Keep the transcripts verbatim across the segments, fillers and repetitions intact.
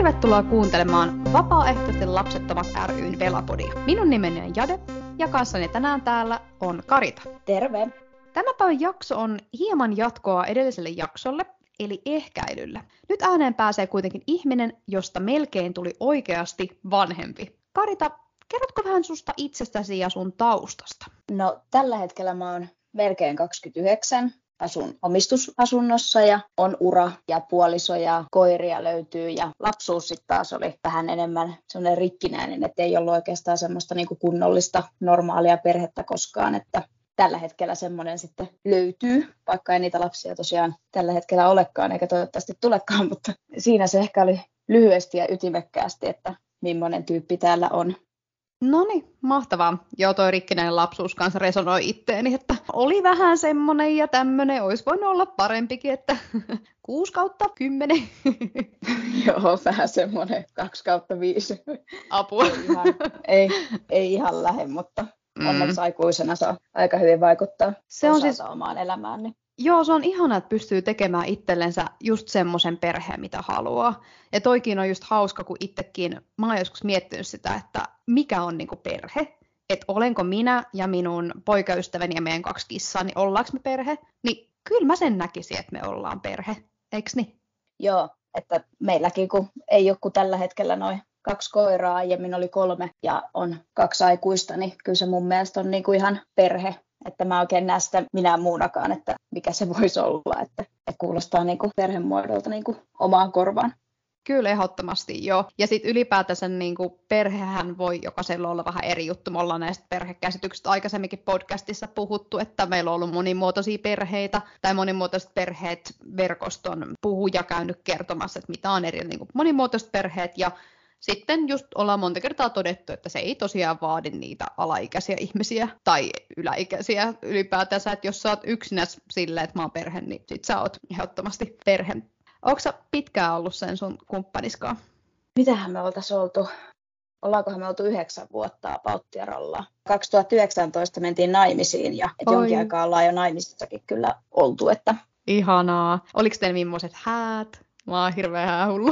Tervetuloa kuuntelemaan Vapaaehtoisten lapsettomat ry:n Velapodia. Minun nimeni on Jade ja kanssani tänään täällä on Karita. Terve! Tämä päivän jakso on hieman jatkoa edelliselle jaksolle, eli ehkäilylle. Nyt ääneen pääsee kuitenkin ihminen, josta melkein tuli oikeasti vanhempi. Karita, kerrotko vähän susta itsestäsi ja sun taustasta? No tällä hetkellä mä oon melkein kaksikymmentäyhdeksän. Asun omistusasunnossa ja on ura ja puoliso ja koiria löytyy ja lapsuus sitten taas oli vähän enemmän semmoinen rikkinäinen, että ei ollut oikeastaan semmoista niinku kunnollista normaalia perhettä koskaan, että tällä hetkellä semmoinen sitten löytyy, vaikka ei niitä lapsia tosiaan tällä hetkellä olekaan eikä toivottavasti tulekaan, mutta siinä se ehkä oli lyhyesti ja ytimekkäästi, että millainen tyyppi täällä on. Noniin, mahtavaa. Joo, toi rikkinäinen lapsuus kanssa resonoi itteeni, että oli vähän semmonen ja tämmönen, olisi voinut olla parempikin, että kuusi kautta kymmenen. Joo, vähän semmonen kaksi kautta viisi. Apua. Ei ihan, ei, ei ihan lähde, mutta onneksi mm. aikuisena saa aika hyvin vaikuttaa se on siis omaan elämään. Niin. Joo, se on ihana, että pystyy tekemään itsellensä just semmoisen perheen, mitä haluaa. Ja toikin on just hauska, kun itsekin, mä oon joskus miettinyt sitä, että mikä on niinku perhe. Että olenko minä ja minun poikaystäväni ja meidän kaksi kissaa, niin ollaanko me perhe? Niin kyllä mä sen näkisin, että me ollaan perhe, eiks niin? Joo, että meilläkin kun ei ole kuin tällä hetkellä noin kaksi koiraa, aiemmin oli kolme ja on kaksi aikuista, niin kyllä se mun mielestä on niinku ihan perhe. Että mä oikein näe sitä minä muunakaan, että mikä se voisi olla, että, että kuulostaa niinku perhemuodolta niinku omaan korvaan. Kyllä, ehdottomasti joo. Ja sitten ylipäätänsä niinku perhehän voi jokaisella olla vähän eri juttu. Me ollaan näistä perhekäsityksistä aikaisemminkin podcastissa puhuttu, että meillä on ollut monimuotoisia perheitä tai monimuotoiset perheet verkoston puhuja käynyt kertomassa, että mitä on eri niinku monimuotoiset perheet ja sitten just ollaan monta kertaa todettu, että se ei tosiaan vaadi niitä alaikäisiä ihmisiä tai yläikäisiä ylipäätänsä, että jos sä oot yksinäs silleen, että mä oon perhe, niin sit sä oot ehdottomasti perhe. Ootko sä pitkään ollut sen sun kumppaniskaan? Mitähän me oltais oltu? Ollaankohan me oltu yhdeksän vuotta Pauttiaralla. kaksituhattayhdeksäntoista mentiin naimisiin ja et jonkin aikaa ollaan jo naimisissakin kyllä oltu. Että... Ihanaa. Oliko teillä millaiset häät? Mä oon hirveän häähullu.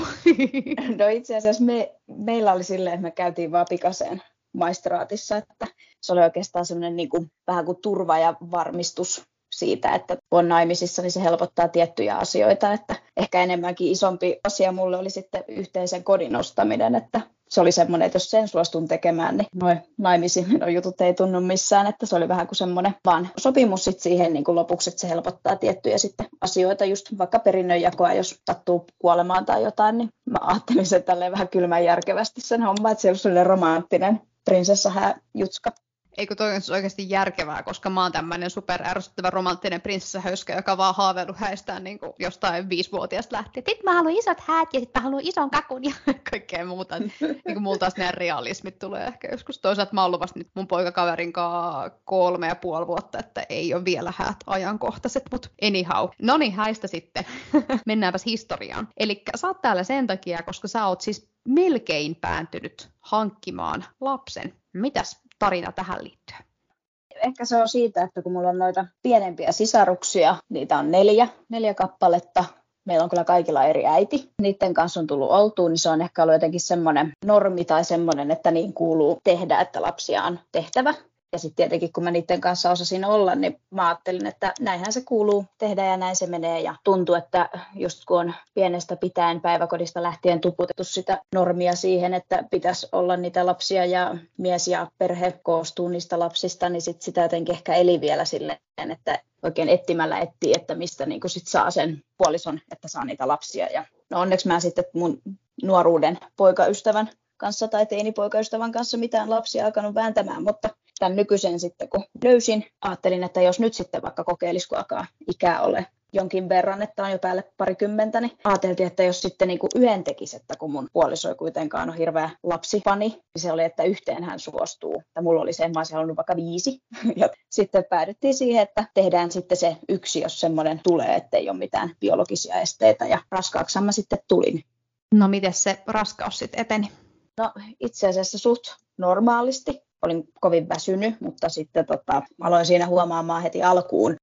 No itse asiassa me, meillä oli silleen, että me käytiin vaan pikaseen maistraatissa, että se oli oikeastaan semmoinen niin kuin, vähän kuin turva ja varmistus siitä, että kun on naimisissa, niin se helpottaa tiettyjä asioita, että ehkä enemmänkin isompi asia mulle oli sitten yhteisen kodin ostaminen, että se oli semmoinen, että jos sen suostun tekemään, niin noin naimisiin no jutut ei tunnu missään, että se oli vähän kuin semmoinen vaan sopimus sitten siihen niin kuin lopuksi, että se helpottaa tiettyjä sitten asioita, just vaikka perinnönjakoa, jos sattuu kuolemaan tai jotain, niin mä ajattelin sen tälleen vähän kylmän järkevästi sen homma, että se oli sellainen romanttinen prinsessahääjutska. Eikö toi on oikeasti järkevää, koska mä oon tämmöinen superärsyttävä romanttinen prinsessahöyskä, joka vaan haaveillut häistään niin kuin jostain viisivuotiaasta lähtien. Sitten mä haluan isot häät ja sitten mä haluan ison kakun ja kaikkea muuta. Niin kuin mulla taas nämä realismit tulee ehkä joskus. Toisaalta mä oon ollut vasta nyt mun poikakaverin kanssa kolme ja puoli vuotta, että ei ole vielä häät ajankohtaiset, mutta anyhow. No niin, häistä sitten. Mennäänpäs historiaan. Eli sä oot täällä sen takia, koska sä oot siis melkein pääntynyt hankkimaan lapsen. Mitäs tarina tähän liittyen? Ehkä se on siitä, että kun mulla on noita pienempiä sisaruksia, niitä on neljä, neljä kappaletta. Meillä on kyllä kaikilla eri äiti. Niiden kanssa on tullut oltuun, niin se on ehkä ollut jotenkin semmoinen normi tai semmoinen, että niin kuuluu tehdä, että lapsia on tehtävä. Ja sitten tietenkin, kun mä niiden kanssa osasin olla, niin mä ajattelin, että näinhän se kuuluu tehdä ja näin se menee. Ja tuntuu, että just kun on pienestä pitäen päiväkodista lähtien tuputettu sitä normia siihen, että pitäisi olla niitä lapsia ja mies ja perhe koostuu niistä lapsista, niin sit sitä jotenkin ehkä eli vielä silleen, että oikein etsimällä etsii, että mistä niin sit saa sen puolison, että saa niitä lapsia. Ja no onneksi mä sitten mun nuoruuden poikaystävän kanssa tai teinipoikaystävän kanssa mitään lapsia alkanut vääntämään, mutta tämän nykyisen sitten kun löysin, ajattelin, että jos nyt sitten vaikka kokeilisi, kun alkaa ikää ole jonkin verran, että on jo päälle parikymmentä, niin ajateltiin, että jos sitten niin kuin yhden tekisi, että kun mun puoliso ei kuitenkaan ole hirveä lapsifani, niin se oli, että yhteen hän suostuu. Ja mulla oli se, että mä olisin halunnut vaikka viisi. Ja sitten päädyttiin siihen, että tehdään sitten se yksi, jos semmoinen tulee, ettei ole mitään biologisia esteitä. Ja raskaaksihan mä sitten tulin. No miten se raskaus sitten eteni? No itse asiassa suht normaalisti. Olin kovin väsynyt, mutta sitten tota, aloin siinä huomaamaan heti alkuun,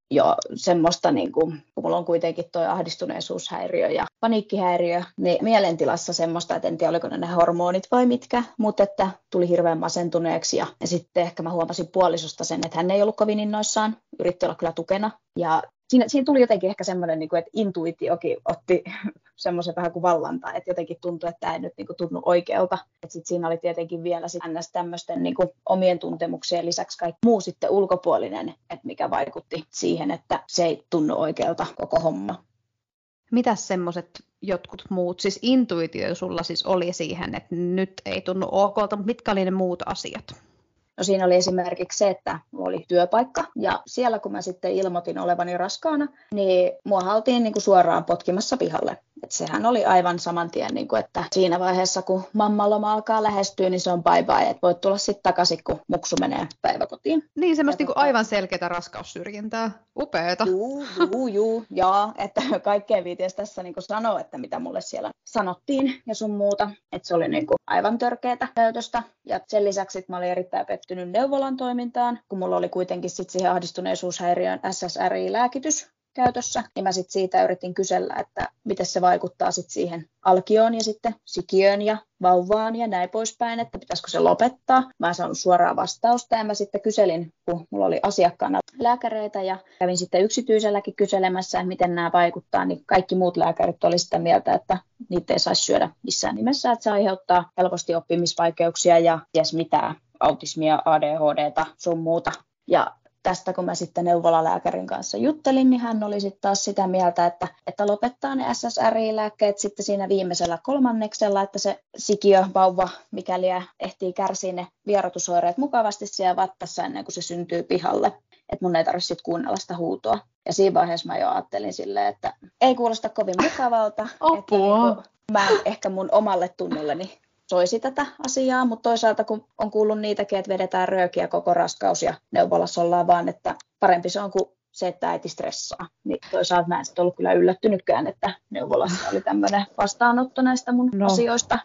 jo semmoista, niin kuin, kun mulla on kuitenkin tuo ahdistuneisuushäiriö ja paniikkihäiriö, niin mielentilassa semmoista, että en tiedä oliko ne, ne hormonit vai mitkä, mutta että tuli hirveän masentuneeksi ja, ja sitten ehkä mä huomasin puolisosta sen, että hän ei ollut kovin innoissaan, yritti olla kyllä tukena ja Siinä, siinä tuli jotenkin ehkä semmoinen, niin kuin, että intuitiokin otti semmoisen vähän kuin vallantaa, että jotenkin tuntui, että tämä ei nyt niin kuin, tunnu oikealta. Että sit siinä oli tietenkin vielä sit ns. Tämmöisten niin kuin, omien tuntemuksien lisäksi kaikki muu sitten ulkopuolinen, että mikä vaikutti siihen, että se ei tunnu oikealta koko homma. Mitäs semmoiset jotkut muut, siis intuitio sulla siis oli siihen, että nyt ei tunnu okolta, mutta mitkä oli ne muut asiat? No siinä oli esimerkiksi se, että mulla oli työpaikka ja siellä kun mä sitten ilmoitin olevani raskaana, niin mua haltiin niin kuin suoraan potkimassa pihalle. Et sehän oli aivan saman tien, niin kuin, että siinä vaiheessa kun mammaloma alkaa lähestyä, niin se on bye bye, että voit tulla sitten takaisin, kun muksu menee päiväkotiin. Niin, semmoista niin kuin tota... aivan selkeää raskaussyrjintää. Upeeta. Juu, juu, juu, jaa, että kaikkea viities tässä niin kuin sanoa, että mitä mulle siellä sanottiin ja sun muuta. Että se oli niin kuin aivan törkeätä käytöstä. Ja sen lisäksi mä olin erittäin pettynyt neuvolan toimintaan, kun mulla oli kuitenkin sit siihen ahdistuneisuushäiriön S S R I-lääkitys käytössä, niin mä sitten siitä yritin kysellä, että miten se vaikuttaa sitten siihen alkioon ja sitten sikiöön ja vauvaan ja näin poispäin, että pitäisikö se lopettaa. Mä en saanut suoraa vastausta ja mä sitten kyselin, kun mulla oli asiakkaana lääkäreitä ja kävin sitten yksityiselläkin kyselemässä, että miten nämä vaikuttaa, niin kaikki muut lääkärit oli sitä mieltä, että niitä ei saisi syödä missään nimessä, että se aiheuttaa helposti oppimisvaikeuksia ja ties mitä, autismia, A D H D:ta, sun muuta. Ja tästä kun mä sitten neuvolalääkärin kanssa juttelin, niin hän oli sitten taas sitä mieltä, että, että lopettaa ne S S R I-lääkkeet sitten siinä viimeisellä kolmanneksella, että se sikiö, vauva, mikäli ehtii kärsiä ne vierotusoireet mukavasti siellä vattassa ennen kuin se syntyy pihalle. Että mun ei tarvitse sitten kuunnella sitä huutoa. Ja siinä vaiheessa mä jo ajattelin silleen, että ei kuulosta kovin mukavalta. Apua. Että niin kuin mä ehkä mun omalle tunnolleni soisi tätä asiaa, mutta toisaalta kun on kuullut niitäkin, että vedetään röökiä koko raskaus ja neuvolassa ollaan vaan, että parempi se on kuin se, että äiti stressaa. Niin toisaalta mä en sitten ollut kyllä yllättynytkään, että neuvolassa oli tämmöinen vastaanotto näistä mun no. asioista.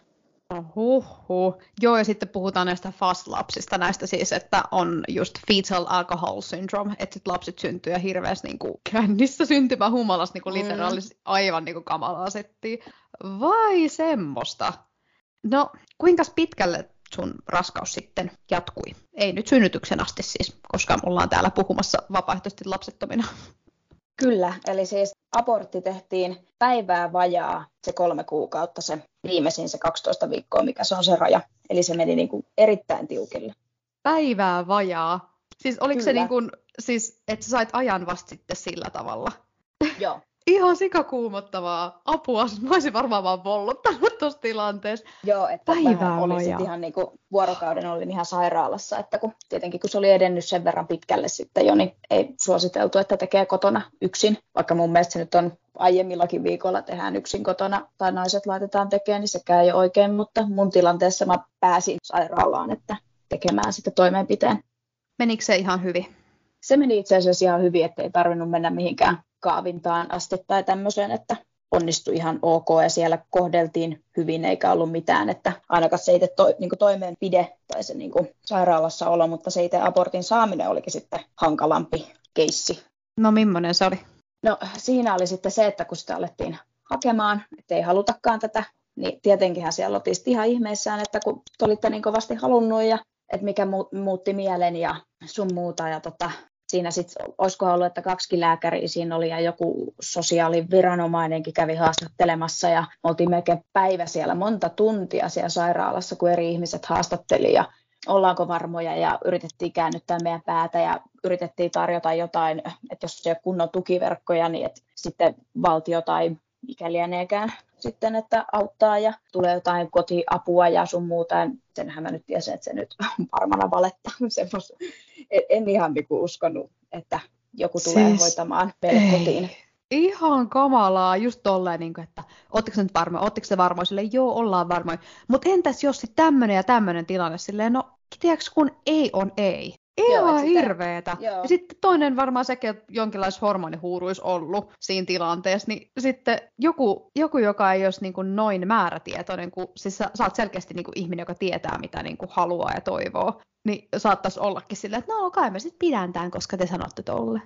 Huhhuh. Joo, ja sitten puhutaan näistä F A S-lapsista, näistä siis, että on just fetal alcohol syndrome, että sit lapset syntyy ja hirveästi niin kuin kännissä syntymä humalassa niin kuin mm. literaalisesti aivan niin kuin kamalaa settiä. Vai semmoista? No, kuinka pitkälle sun raskaus sitten jatkui? Ei nyt synnytyksen asti siis, koska ollaan täällä puhumassa vapaaehtoisesti lapsettomina. Kyllä, eli siis abortti tehtiin päivää vajaa se kolme kuukautta, se viimeisin se kaksitoista viikkoa, mikä se on se raja. Eli se meni niin kuin erittäin tiukille. Päivää vajaa? Siis oliko Kyllä. se niin kuin, siis, että sä sait ajan vasta sitten sillä tavalla? Joo. Ihan sikakuumottavaa. Apua, mä olisin varmaan vaan vollottanut tuossa tilanteessa. Joo, että päivää oli sitten ihan niin kuin vuorokauden olin ihan sairaalassa, että kun tietenkin kun se oli edennyt sen verran pitkälle sitten jo, niin ei suositeltu, että tekee kotona yksin. Vaikka mun mielestä se nyt on aiemmillakin viikolla tehdään yksin kotona tai naiset laitetaan tekemään, niin sekään ei ole oikein, mutta mun tilanteessa mä pääsin sairaalaan, että tekemään sitä toimenpiteen. Menikö se ihan hyvin? Se meni itse asiassa ihan hyvin, että ei tarvinnut mennä mihinkään kaavintaan asti tai tämmöiseen, että onnistui ihan ok ja siellä kohdeltiin hyvin eikä ollut mitään, että ainakaan se itse to, niin kuin toimeenpide tai se niin kuin sairaalassa olo, mutta se itse abortin saaminen olikin sitten hankalampi keissi. No millainen se oli? No siinä oli sitten se, että kun sitä alettiin hakemaan, että ei halutakaan tätä, niin tietenkinhän siellä oltiin ihan ihmeissään, että kun te olitte niin kovasti halunnut ja että mikä muutti mielen ja sun muuta ja tota, siinä sitten, olisikohan ollut, että kaksi lääkäriä siinä oli ja joku sosiaaliviranomainenkin kävi haastattelemassa ja oltiin melkein päivä siellä, monta tuntia siellä sairaalassa, kun eri ihmiset haastatteli ja ollaanko varmoja ja yritettiin käännyttää meidän päätä ja yritettiin tarjota jotain, että jos ei ole kunnon tukiverkkoja, niin että sitten valtio tai mikä lieneekään sitten, että auttaa ja tulee jotain kotiapua ja sun muuta. Senhän mä nyt tiesin, että se nyt on varmana valetta. Semmos, en, en ihan niin kuin uskonut, että joku tulee siis hoitamaan meille ei. kotiin. Ihan kamalaa, just tolleen, niin kuin, että ootteko se nyt varmoja, ootteko se varmoja, silleen joo, ollaan varmoja. Mutta entäs jos sitten tämmöinen ja tämmöinen tilanne, silleen no, tiedätkö kun ei on ei. Ihan joo, hirveetä. Sitä, ja sitten toinen varmaan sekin, että jonkinlaista hormonihuuruisi ollut siinä tilanteessa, niin sitten joku, joku joka ei olisi niin kuin noin määrätietoinen, kun siis sä, sä oot selkeästi niin kuin ihminen, joka tietää, mitä niin kuin haluaa ja toivoo, niin saattaisi ollakin silleen, että no kai mä sitten pidän tämän, koska te sanotte tolle.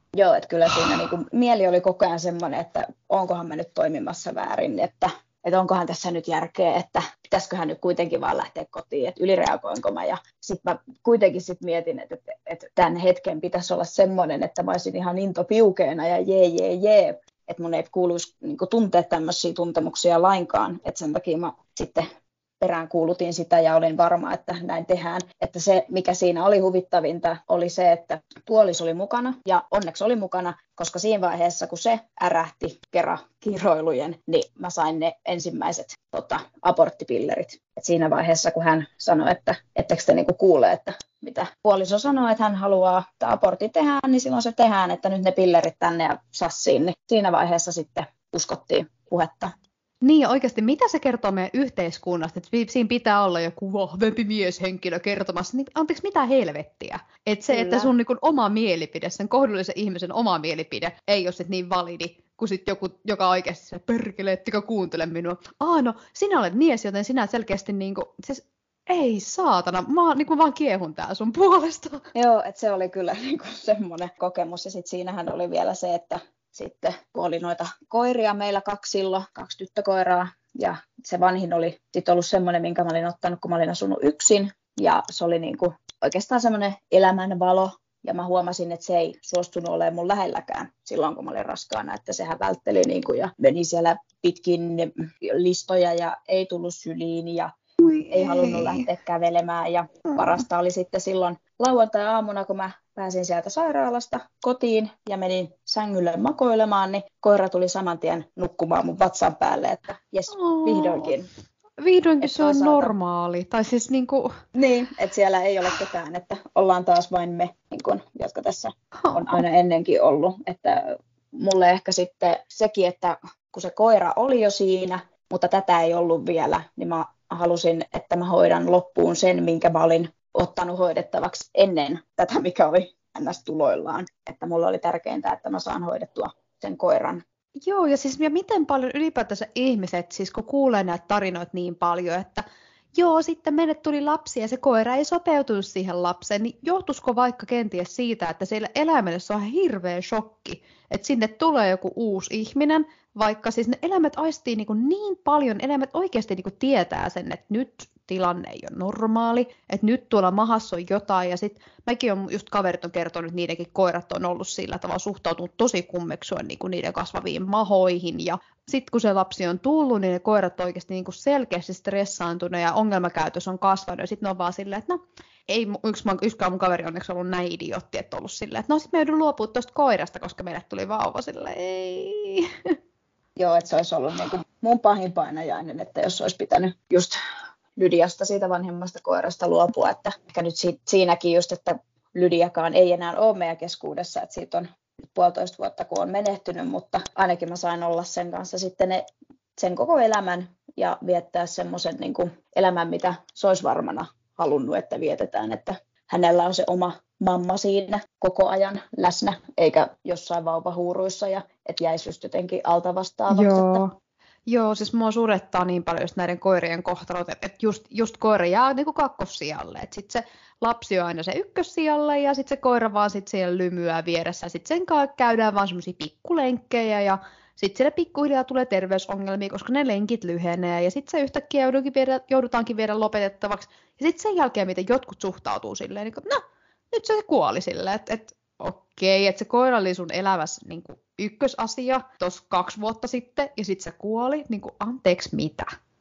Joo, että kyllä siinä niin kuin, mieli oli koko ajan semmoinen, että onkohan mä nyt toimimassa väärin, että, että onkohan tässä nyt järkeä, että pitäisiköhän nyt kuitenkin vaan lähteä kotiin, että ylireagoinko mä. Ja sitten mä kuitenkin sit mietin, että, että, että tämän hetken pitäisi olla semmoinen, että mä olisin ihan into piukeena ja jee, jee, jee. Että mun ei kuuluisi niin kuin, tuntea tämmöisiä tuntemuksia lainkaan, että sen takia mä sitten peräänkuulutin sitä ja olin varma, että näin tehdään. Että se, mikä siinä oli huvittavinta, oli se, että puoliso oli mukana ja onneksi oli mukana, koska siinä vaiheessa, kun se ärähti kerran kiroilujen, niin mä sain ne ensimmäiset tota, aborttipillerit. Et siinä vaiheessa, kun hän sanoi, että ettekö te niinku kuule, että mitä puoliso sanoi, että hän haluaa, että abortti tehdään, niin silloin se tehdään, että nyt ne pillerit tänne ja sassiin. Niin siinä vaiheessa sitten uskottiin puhetta. Niin ja oikeasti, mitä se kertoo meidän yhteiskunnasta, että siinä pitää olla joku vahvempi mieshenkilö kertomassa, niin anteeksi, mitä helvettiä. Että se, Kyllä. että sun niin kun, oma mielipide, sen kohdullisen ihmisen oma mielipide ei ole sit niin validi, kuin sit joku, joka oikeasti se perkele, ettikö kuuntele minua. Aa no, sinä olet mies, joten sinä selkeästi niin kuin, siis, ei saatana, mä, niin kuin vaan kiehun tää sun puolesta. Joo, että se oli kyllä niin kuin semmoinen kokemus ja sitten siinähän oli vielä se, että sitten kun oli noita koiria meillä kaksi silloin, kaksi tyttökoiraa, ja se vanhin oli sitten ollut semmoinen, minkä mä olin ottanut, kun mä olin asunut yksin, ja se oli niinku oikeastaan semmoinen elämänvalo, ja mä huomasin, että se ei suostunut olemaan mun lähelläkään silloin, kun mä olin raskaana, että sehän vältteli niinku ja meni siellä pitkin listoja, ja ei tullut syliin, ja Ui, ei halunnut lähteä kävelemään, ja parasta oli sitten silloin lauantai-aamuna, kun mä pääsin sieltä sairaalasta kotiin ja menin sängylle makoilemaan, niin koira tuli saman tien nukkumaan mun vatsan päälle, että jes, vihdoinkin. Vihdoinkin se on saada. Normaali. Tai siis niinku... Niin, että siellä ei ole ketään, että ollaan taas vain me, niin kun, jotka tässä on aina ennenkin ollut. Että mulle ehkä sitten sekin, että kun se koira oli jo siinä, mutta tätä ei ollut vielä, niin mä halusin, että mä hoidan loppuun sen, minkä mä olin ottanut hoidettavaksi ennen tätä, mikä oli ns. Tuloillaan. Että mulla oli tärkeintä, että mä saan hoidettua sen koiran. Joo, ja siis ja miten paljon ylipäätänsä ihmiset, siis kun kuulee näitä tarinoita niin paljon, että joo, sitten meille tuli lapsi ja se koira ei sopeutunut siihen lapseen, niin johtuisiko vaikka kenties siitä, että siellä eläimelle se on hirveä shokki, että sinne tulee joku uusi ihminen, vaikka siis ne eläimet aistii niin, kuin niin paljon, eläimet oikeasti niin kuin tietää sen, että nyt tilanne ei ole normaali, että nyt tuolla mahassa on jotain, ja sitten mäkin on, just kaverit on kertonut, että niidenkin koirat on ollut sillä tavalla suhtautunut tosi kummeksuen niin kuin niiden kasvaviin mahoihin, ja sitten kun se lapsi on tullut, niin ne koirat on oikeasti niin kuin selkeästi stressaantunut, ja ongelmakäytös on kasvanut, ja sitten ne on vaan silleen, että no, ei yksi, yksikään mun kaveri onneksi ollut näin idiootti, että ollut silleen, että no sitten me joudun luopua tuosta koirasta, koska meille tuli vauva silleen, ei. Joo, että se olisi ollut niin kuin mun pahin painajainen, että jos olisi pitänyt just Lydiasta, siitä vanhemmasta koirasta luopua, että ehkä nyt si- siinäkin just, että Lydiakaan ei enää ole meidän keskuudessa, että siitä on puolitoista vuotta, kun on menehtynyt, mutta ainakin mä sain olla sen kanssa sitten ne, sen koko elämän ja viettää semmoisen niin kuin elämän, mitä se olisi varmana halunnut, että vietetään, että hänellä on se oma mamma siinä koko ajan läsnä, eikä jossain vauvahuuruissa ja että jäisi just jotenkin alta vastaavaksi. Joo. Että Joo, siis mua surettaa niin paljon just näiden koirien kohtalot, että just, just koira jää niin kuin kakkossijalle. Sitten se lapsi on aina se ykkössijalle ja sitten se koira vaan sit siellä lymyää vieressä. Sitten sen kanssa käydään vaan semmoisia pikkulenkkejä ja sitten siellä pikkuhiljaa tulee terveysongelmia, koska ne lenkit lyhenee. Ja sitten se yhtäkkiä viedä, joudutaankin viedä lopetettavaksi. Ja sitten sen jälkeen, miten jotkut suhtautuu silleen, niin kuin, no nyt se kuoli silleen, että et, okei, että se koira oli sun elämässä niin kuin ykkösasia tuossa kaksi vuotta sitten, ja sitten se kuoli, niin kuin anteeksi mitä?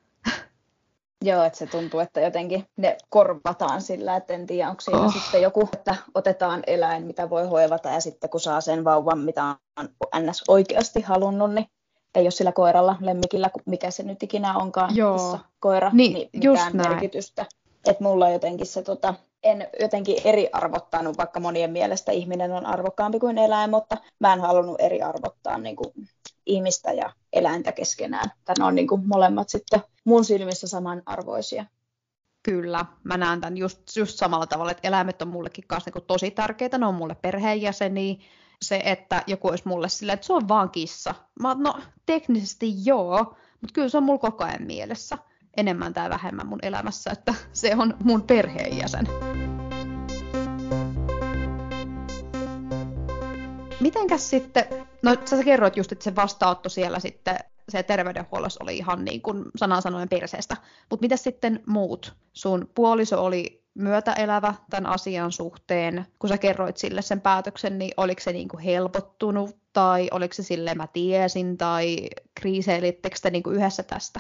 Joo, että se tuntuu, että jotenkin ne korvataan sillä, että en tiedä, onko siinä oh. sitten joku, että otetaan eläin, mitä voi hoivata, ja sitten kun saa sen vauvan, mitä on ns. Oikeasti halunnut, niin ei ole sillä koiralla, lemmikillä, mikä se nyt ikinä onkaan, Joo. koira, niin, niin mitään merkitystä. Että mulla jotenkin se, tota, en jotenkin eriarvottanut, vaikka monien mielestä ihminen on arvokkaampi kuin eläin, mutta mä en halunnut eriarvottaa niin kuin ihmistä ja eläintä keskenään. Ne on niin kuin molemmat sitten mun silmissä samanarvoisia. Kyllä, mä näen tämän just, just samalla tavalla, että eläimet on mullekin kanssa niin tosi tärkeitä, ne on mulle perheenjäseniä. Se, että joku olisi mulle silleen, että se on vaan kissa. Mä no teknisesti joo, mutta kyllä se on mulla koko ajan mielessä. Enemmän tai vähemmän mun elämässä, että se on mun perheenjäsen. Mitenkäs sitten, no sä kerroit just, että se vastaanotto siellä sitten, se terveydenhuollossa oli ihan niin kuin sanan sanoen perseestä. Mutta mitä sitten muut? Sun puoliso oli myötäelävä tämän asian suhteen. Kun sä kerroit sille sen päätöksen, niin oliko se niin kuin helpottunut tai oliko se silleen mä tiesin tai kriiseilittekö te niin kuin yhdessä tästä?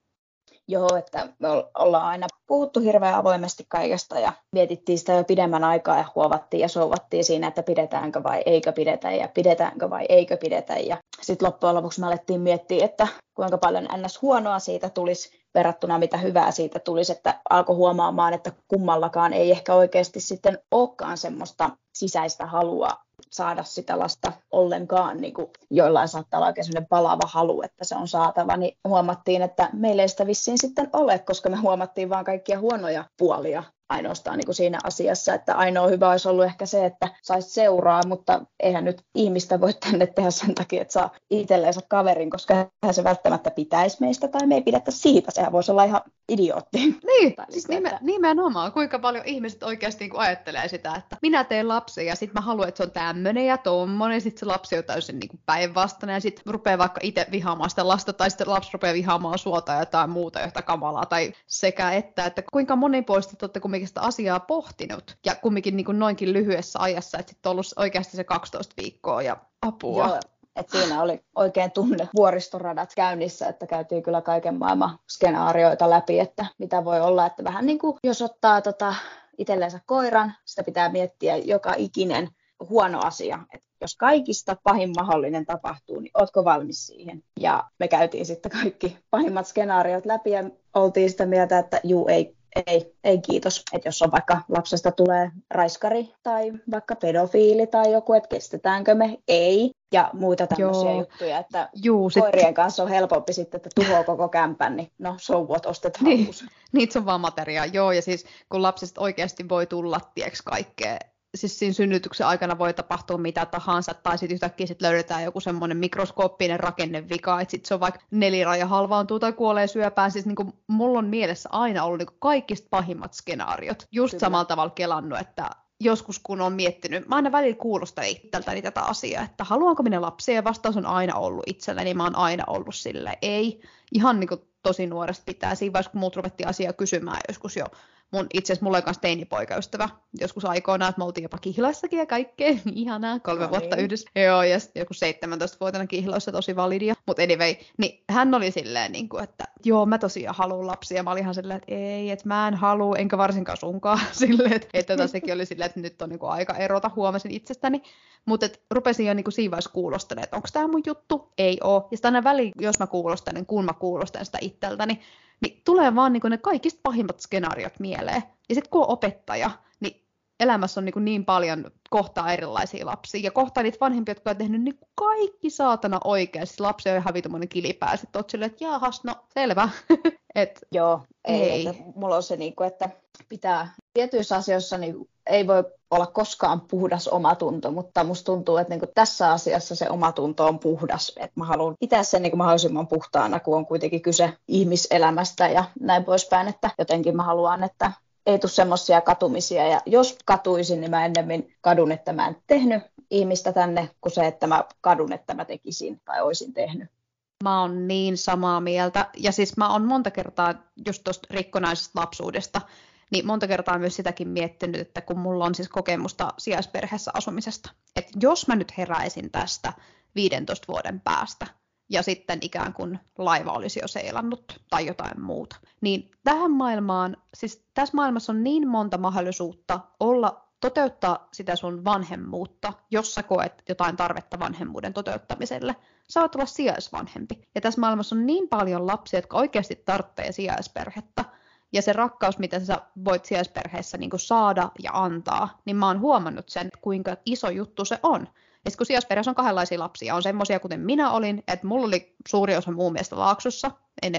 Joo, että me ollaan aina puhuttu hirveän avoimesti kaikesta ja mietittiin sitä jo pidemmän aikaa ja huovattiin ja souvattiin siinä, että pidetäänkö vai eikö pidetä ja pidetäänkö vai eikö pidetä. Ja sitten loppujen lopuksi me alettiin miettiä, että kuinka paljon ns. Huonoa siitä tulisi verrattuna mitä hyvää siitä tulisi, että alkoi huomaamaan, että kummallakaan ei ehkä oikeasti sitten olekaan semmoista sisäistä halua saada sitä lasta ollenkaan, niin kuin joillain saattaa olla oikein sellainen palava halu, että se on saatava, niin huomattiin, että meillä ei sitä vissiin sitten ole, koska me huomattiin vaan kaikkia huonoja puolia ainoastaan niin kuin siinä asiassa, että ainoa hyvä olisi ollut ehkä se, että saisi seuraa, mutta eihän nyt ihmistä voi tänne tehdä sen takia, että saa itselleensä kaverin, koska eihän se välttämättä pitäisi meistä tai me ei pidetä siitä, sehän voisi olla ihan idiootti. Niin, siis nime, että... nimenomaan, kuinka paljon ihmiset oikeasti niin kuin ajattelee sitä, että minä teen lapsen ja sitten mä haluan, että se on tämmöinen ja tommonen, ja sitten se lapsi on täysin niin kuin päinvastainen ja sitten rupeaa vaikka itse vihaamaan sitä lasta tai sitten lapsi rupeaa vihaamaan suota ja jotain muuta yhtä kamalaa tai sekä että, että kuinka monipuolisesti te olette kumminkin sitä asiaa pohtinut ja kumminkin niin kuin noinkin lyhyessä ajassa, että sitten on ollut oikeasti se kaksitoista viikkoa ja apua. Joo. Et siinä oli oikein tunne vuoristoradat käynnissä, että käytiin kyllä kaiken maailman skenaarioita läpi, että mitä voi olla, että vähän niin kuin jos ottaa tota itsellensä koiran, sitä pitää miettiä joka ikinen huono asia. Et jos kaikista pahin mahdollinen tapahtuu, niin ootko valmis siihen? Ja me käytiin sitten kaikki pahimmat skenaariot läpi ja oltiin sitä mieltä, että juu ei, ei, ei kiitos. Että jos on vaikka lapsesta tulee raiskari tai vaikka pedofiili tai joku, että kestetäänkö me? Ei. Ja muita tämmöisiä Joo. juttuja, että Juu, koirien sit... kanssa on helpompi sitten, että tuhoaa koko kämpän, niin no so what, ostetaan niin, uusi. Niitä on vaan materiaa, joo, ja siis kun lapsista oikeasti voi tulla, tieks kaikkea, siis siinä synnytyksen aikana voi tapahtua mitä tahansa, tai sitten yhtäkkiä sit löydetään joku semmoinen mikroskooppinen rakennevika, että sitten se on vaikka neliraja halvaantuu tai kuolee syöpään, siis niinku mulla on mielessä aina ollut niinku kaikista pahimmat skenaariot, just Kyllä. samalla tavalla kelannut, että joskus kun on miettinyt, mä aina välillä kuulostan itseltäni tätä asiaa, että haluanko minä lapsia, ja vastaus on aina ollut itselläni, mä oon aina ollut silleen, ei, ihan niin kuin tosi nuoresta pitää, siinä vaiheessa kun multa ruvettiin asiaa kysymään joskus jo, mun, itse asiassa mulla oli kanssa teinipoikaystävä joskus aikoinaan, että me oltiin jopa kihlaissakin ja kaikkea, ihanaa, kolme no vuotta niin. yhdessä, joo, ja joku seitsemäntoistavuotiaana kihloissa tosi validia, mutta anyway, niin hän oli silleen, niin kuin, että joo, mä tosiaan haluan lapsia, mä olin ihan silleen, että ei, että mä en halua, enkä varsinkaan sunkaan, silleen, että, että sekin oli silleen, että nyt on niin kuin aika erota, huomasin itsestäni, mutta rupesin jo niin kuin siinä vaiheessa kuulostelemaan, että onko tämä mun juttu, ei oo, ja sitten aina väliin, jos mä kuulostelen, kun mä kuulostelen sitä itseltäni, niin tulee vaan niin kuin ne kaikista pahimmat skenaariot mieleen. Ja sitten kun on opettaja, niin elämässä on niin, niin paljon kohtaa erilaisia lapsia. Ja kohtaa niitä vanhempia, jotka on tehnyt niin kaikki saatana oikein. Siis lapsi on ihan vitumainen kilipää. Sitten oot silleen, että jaahas, no selvä. Et, Joo, ei. ei. Että mulla on se, niin kuin, että pitää tietyissä asioissa niin ei voi olla koskaan puhdas omatunto, mutta musta tuntuu, että niin kuin tässä asiassa se omatunto on puhdas. Että mä haluan pitää sen niin kuin mahdollisimman puhtaana, kun on kuitenkin kyse ihmiselämästä ja näin poispäin. Että jotenkin mä haluan, että ei tule semmoisia katumisia. Ja jos katuisin, niin mä ennemmin kadun, että mä en tehnyt ihmistä tänne, kuin se, että mä kadun, että mä tekisin tai olisin tehnyt. Mä oon niin samaa mieltä. Ja siis mä oon monta kertaa just tuosta rikkonaisesta lapsuudesta, niin monta kertaa myös sitäkin miettinyt, että kun mulla on siis kokemusta sijaisperheessä asumisesta, että jos mä nyt heräisin tästä viidentoista vuoden päästä, ja sitten ikään kuin laiva olisi jo seilannut tai jotain muuta, niin tähän maailmaan, siis tässä maailmassa on niin monta mahdollisuutta olla, toteuttaa sitä sun vanhemmuutta, jos sä koet jotain tarvetta vanhemmuuden toteuttamiselle. Sä voit olla sijaisvanhempi. Ja tässä maailmassa on niin paljon lapsia, jotka oikeasti tarvitsee sijaisperhettä. Ja se rakkaus, mitä sä voit sijaisperheessä niin kuin saada ja antaa, niin mä oon huomannut sen, kuinka iso juttu se on. Ja kun sijaisperheessä on kahdenlaisia lapsia, on semmoisia, kuten minä olin, että mulla oli suuri osa muun mielestä Laaksossa, ei ne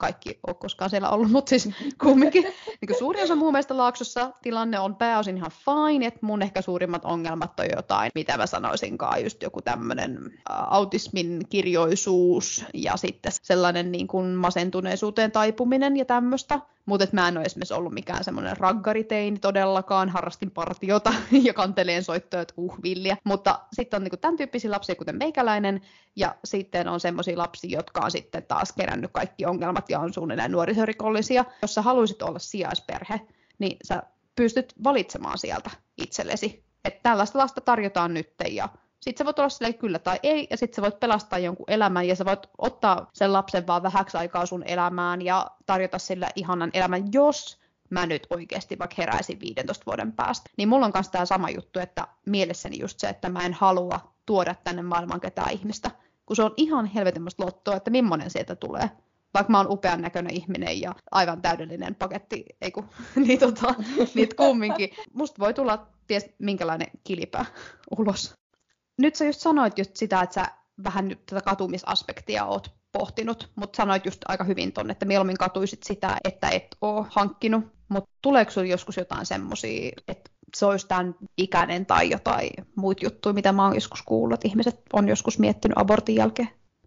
kaikki ole koskaan siellä ollut, mutta siis kumminkin. Niin suurin osa mun mielestä Laaksossa tilanne on pääosin ihan fine, että mun ehkä suurimmat ongelmat on jotain, mitä mä sanoisinkaan, just joku tämmöinen autismin kirjoisuus ja sitten sellainen niin kuin masentuneisuuteen taipuminen ja tämmöistä. Mutta mä en ole esimerkiksi ollut mikään semmoinen raggariteini todellakaan, harrastin partiota ja kanteleen soittoja, että uh, villiä. Mutta sitten on niinku tämän tyyppisiä lapsia, kuten meikäläinen, ja sitten on semmoisia lapsia, jotka on sitten taas kerännyt kaikki ongelmat ja on suunnilleen nuorisorikollisia. Jos sä haluaisit olla sijaisperhe, niin sä pystyt valitsemaan sieltä itsellesi. Että tällaista lasta tarjotaan nyt ja sitten sä voit olla silleen kyllä tai ei, ja sitten sä voit pelastaa jonkun elämän, ja sä voit ottaa sen lapsen vaan vähäksi aikaa sun elämään, ja tarjota sille ihanan elämän, jos mä nyt oikeasti vaikka heräisin viidentoista vuoden päästä. Niin mulla on myös tämä sama juttu, että mielessäni just se, että mä en halua tuoda tänne maailmaan ketään ihmistä, kun se on ihan helvetinmoista lottoa, että millainen sieltä tulee. Vaikka mä oon upean näköinen ihminen ja aivan täydellinen paketti, ei kun, niin tota, niitä kumminkin. Musta voi tulla ties minkälainen kilipää ulos. Nyt sä just sanoit just sitä, että sä vähän nyt tätä katumisaspektia oot pohtinut, mutta sanoit just aika hyvin ton, että mieluummin katuisit sitä, että et oo hankkinut. Mutta tuleeko sulla joskus jotain semmosia, että se olisi tämän ikäinen tai jotain muut juttuja, mitä mä oon joskus kuullut, että ihmiset on joskus miettinyt abortin jälkeen?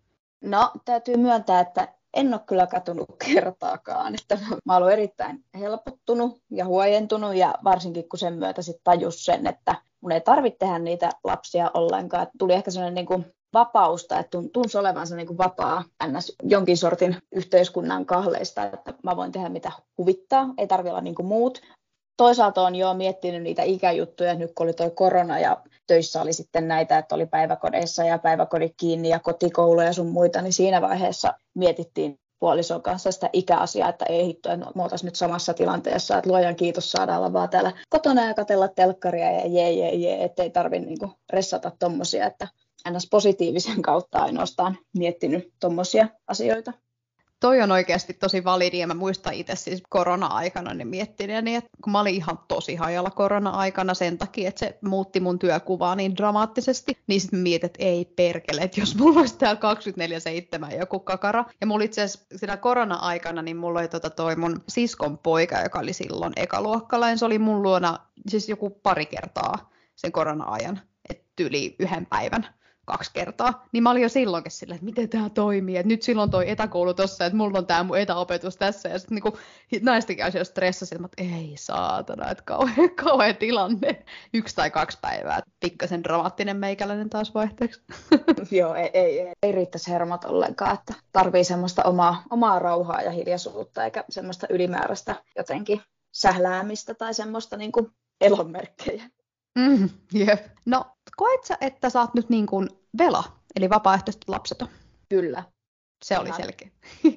No, täytyy myöntää, että en ole kyllä katunut kertaakaan. Että mä olen erittäin helpottunut ja huojentunut, ja varsinkin kun sen myötä sitten tajus sen, että mun ei tarvitse tehdä niitä lapsia ollenkaan. Että tuli ehkä sellainen niin kuin vapausta, että tunsi olevansa niin kuin vapaa ns. Jonkin sortin yhteiskunnan kahleista, että mä voin tehdä mitä huvittaa, ei tarvitse olla niin kuin muut. Toisaalta olen jo miettinyt niitä ikäjuttuja, nyt kun oli toi korona ja töissä oli sitten näitä, että oli päiväkodeissa ja päiväkodit kiinni ja kotikouluja ja sun muita, niin siinä vaiheessa mietittiin puolison kanssa sitä ikäasiaa, että ei hitto, että me oltaisiin nyt samassa tilanteessa, että luojan kiitos saadaan olla vaan täällä kotona ja katsella telkkaria ja jee jee jee, ettei tarvitse niinku ressata tommosia, että ns. Positiivisen kautta ainoastaan miettinyt tommosia asioita. Toi on oikeasti tosi validi, ja mä muistan itse siis korona-aikana niin miettineeni, että kun mä olin ihan tosi hajalla korona-aikana sen takia, että se muutti mun työkuvaa niin dramaattisesti, niin sitten mietin, että ei perkele, että jos mulla olisi täällä kaksikymmentäneljä seitsemän joku kakara. Ja mulla itse asiassa siinä korona-aikana, niin mulla oli tota toi mun siskon poika, joka oli silloin ekaluokkalainen, se oli mun luona siis joku pari kertaa sen korona-ajan, että yli yhden päivän. kaksi kertaa, niin mä olin jo silloinkin silleen, että miten tämä toimii, että nyt silloin toi etäkoulu tossa, että mulla on tämä mun etäopetus tässä, ja sitten niinku, näistäkin asioista stressasin, että ei saatana, että kauhean, kauhean tilanne, yksi tai kaksi päivää, pikkasen dramaattinen meikäläinen taas vaihteeksi. Joo, ei, ei, ei, ei riittäisi hermot ollenkaan, että tarvii semmoista omaa, omaa rauhaa ja hiljaisuutta, eikä semmoista ylimääräistä jotenkin sähläämistä tai semmoista niinku elonmerkkejä. Mm, jep. No, koet sä, että sä oot nyt niin kuin vela, eli vapaaehtoisesti lapseton? Kyllä. Se oli ihan selkeä.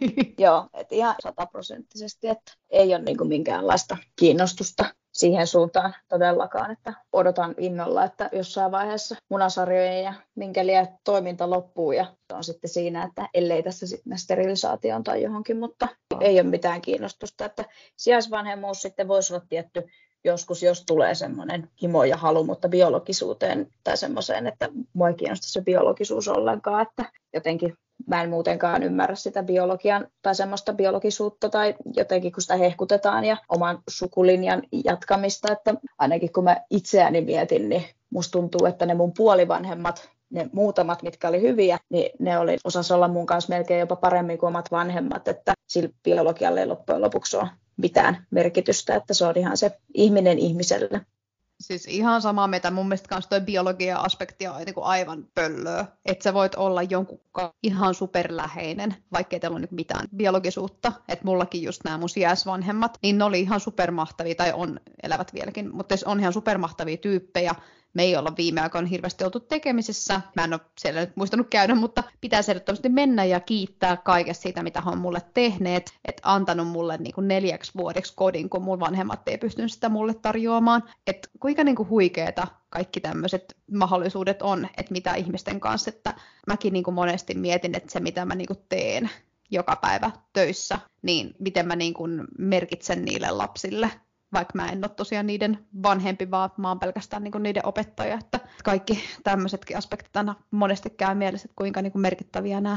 Joo, että ihan sataprosenttisesti, että ei ole niin kuin minkäänlaista kiinnostusta siihen suuntaan todellakaan, että odotan innolla, että jossain vaiheessa munasarjojen ja minkä liian toiminta loppuu, ja se on sitten siinä, että ellei tässä sitten sterilisaatioon tai johonkin, mutta ei ole mitään kiinnostusta, että sijaisvanhemmuus sitten voisi olla tietty joskus, jos tulee semmoinen himo ja halu, mutta biologisuuteen tai semmoiseen, että mua ei kiinnosta se biologisuus ollenkaan, että jotenkin mä en muutenkaan ymmärrä sitä biologian tai semmoista biologisuutta tai jotenkin kun sitä hehkutetaan ja oman sukulinjan jatkamista, että ainakin kun mä itseäni mietin, niin musta tuntuu, että ne mun puolivanhemmat, ne muutamat, mitkä oli hyviä, niin ne oli, osasi olla mun kanssa melkein jopa paremmin kuin omat vanhemmat, että sillä biologialle ei loppujen lopuksi ole mitään merkitystä, että se on ihan se ihminen ihmiselle. Siis ihan sama, mitä mun mielestä kans toi biologia-aspekti on niinku aivan pöllöä. Että sä voit olla jonkun ihan superläheinen, vaikka ei teillä ole mitään biologisuutta. Että mullakin just nämä mun sijaisvanhemmat, niin ne oli ihan supermahtavia, tai on, elävät vieläkin, mutta on ihan supermahtavia tyyppejä. Me ei olla viime aikoina hirveästi oltu tekemisissä. Mä en ole siellä nyt muistanut käydä, mutta pitää ehdottomasti mennä ja kiittää kaikesta siitä, mitä he on mulle tehneet. Että antanut mulle niin kuin neljäksi vuodeksi kodin, kun mun vanhemmat ei pystynyt sitä mulle tarjoamaan. Että kuinka niin kuin huikeeta kaikki tämmöiset mahdollisuudet on, että mitä ihmisten kanssa. Että mäkin niin kuin monesti mietin, että se mitä mä niin kuin teen joka päivä töissä, niin miten mä niin kuin merkitsen niille lapsille. Vaikka mä en ole tosiaan niiden vanhempi, vaan mä oon pelkästään niin kuin niiden opettaja. Että kaikki tämmöisetkin aspektit aina monesti käy mielessä, että kuinka niin kuin merkittäviä nämä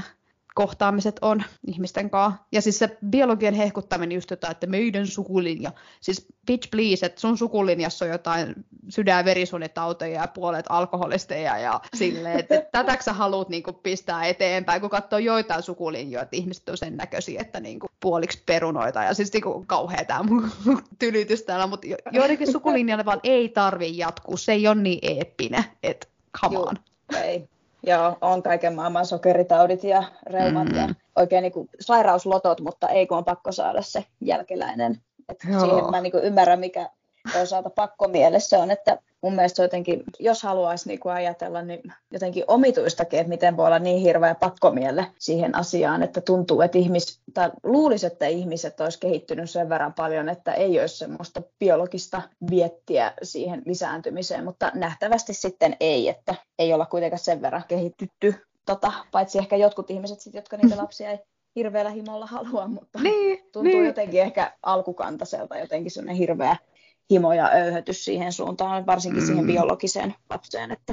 kohtaamiset on ihmisten kanssa. Ja siis se biologian hehkuttaminen just jotain, että meidän sukulinja. Siis bitch please, että sun sukulinjassa on jotain sydän- ja verisuonitauteja ja puolet alkoholisteja ja silleen, että tätäkö sä haluat niinku pistää eteenpäin, kun katsoo joitain sukulinjoja, että ihmiset on sen näköisiä, että niinku puoliksi perunoita ja siis niinku kauhea tää mun tylytys täällä, mutta jo, joidenkin sukulinjalle vaan ei tarvii jatkuu, se ei ole niin eeppinen, että come on. Juu, ei. Joo, on kaiken maailman sokeritaudit ja reumat mm. ja oikein niin kuin sairauslotot, mutta ei kun on pakko saada se jälkeläinen. Et siihen mä niin kuin ymmärrän, mikä toisaalta pakko mielessä on, että mun mielestä se jotenkin, jos haluaisi niin kuin ajatella, niin jotenkin omituistakin, että miten voi olla niin hirveä pakkomielle siihen asiaan, että tuntuu, että ihmis, tai luulisi, että ihmiset olisi kehittynyt sen verran paljon, että ei olisi semmoista biologista viettiä siihen lisääntymiseen, mutta nähtävästi sitten ei, että ei olla kuitenkaan sen verran kehitytty, tota, paitsi ehkä jotkut ihmiset, sit, jotka niitä lapsia ei hirveällä himolla halua, mutta niin, tuntuu niin. jotenkin ehkä alkukantaiselta jotenkin semmoinen hirveä himo ja öyhötys siihen suuntaan, varsinkin mm. siihen biologiseen lapseen. Että.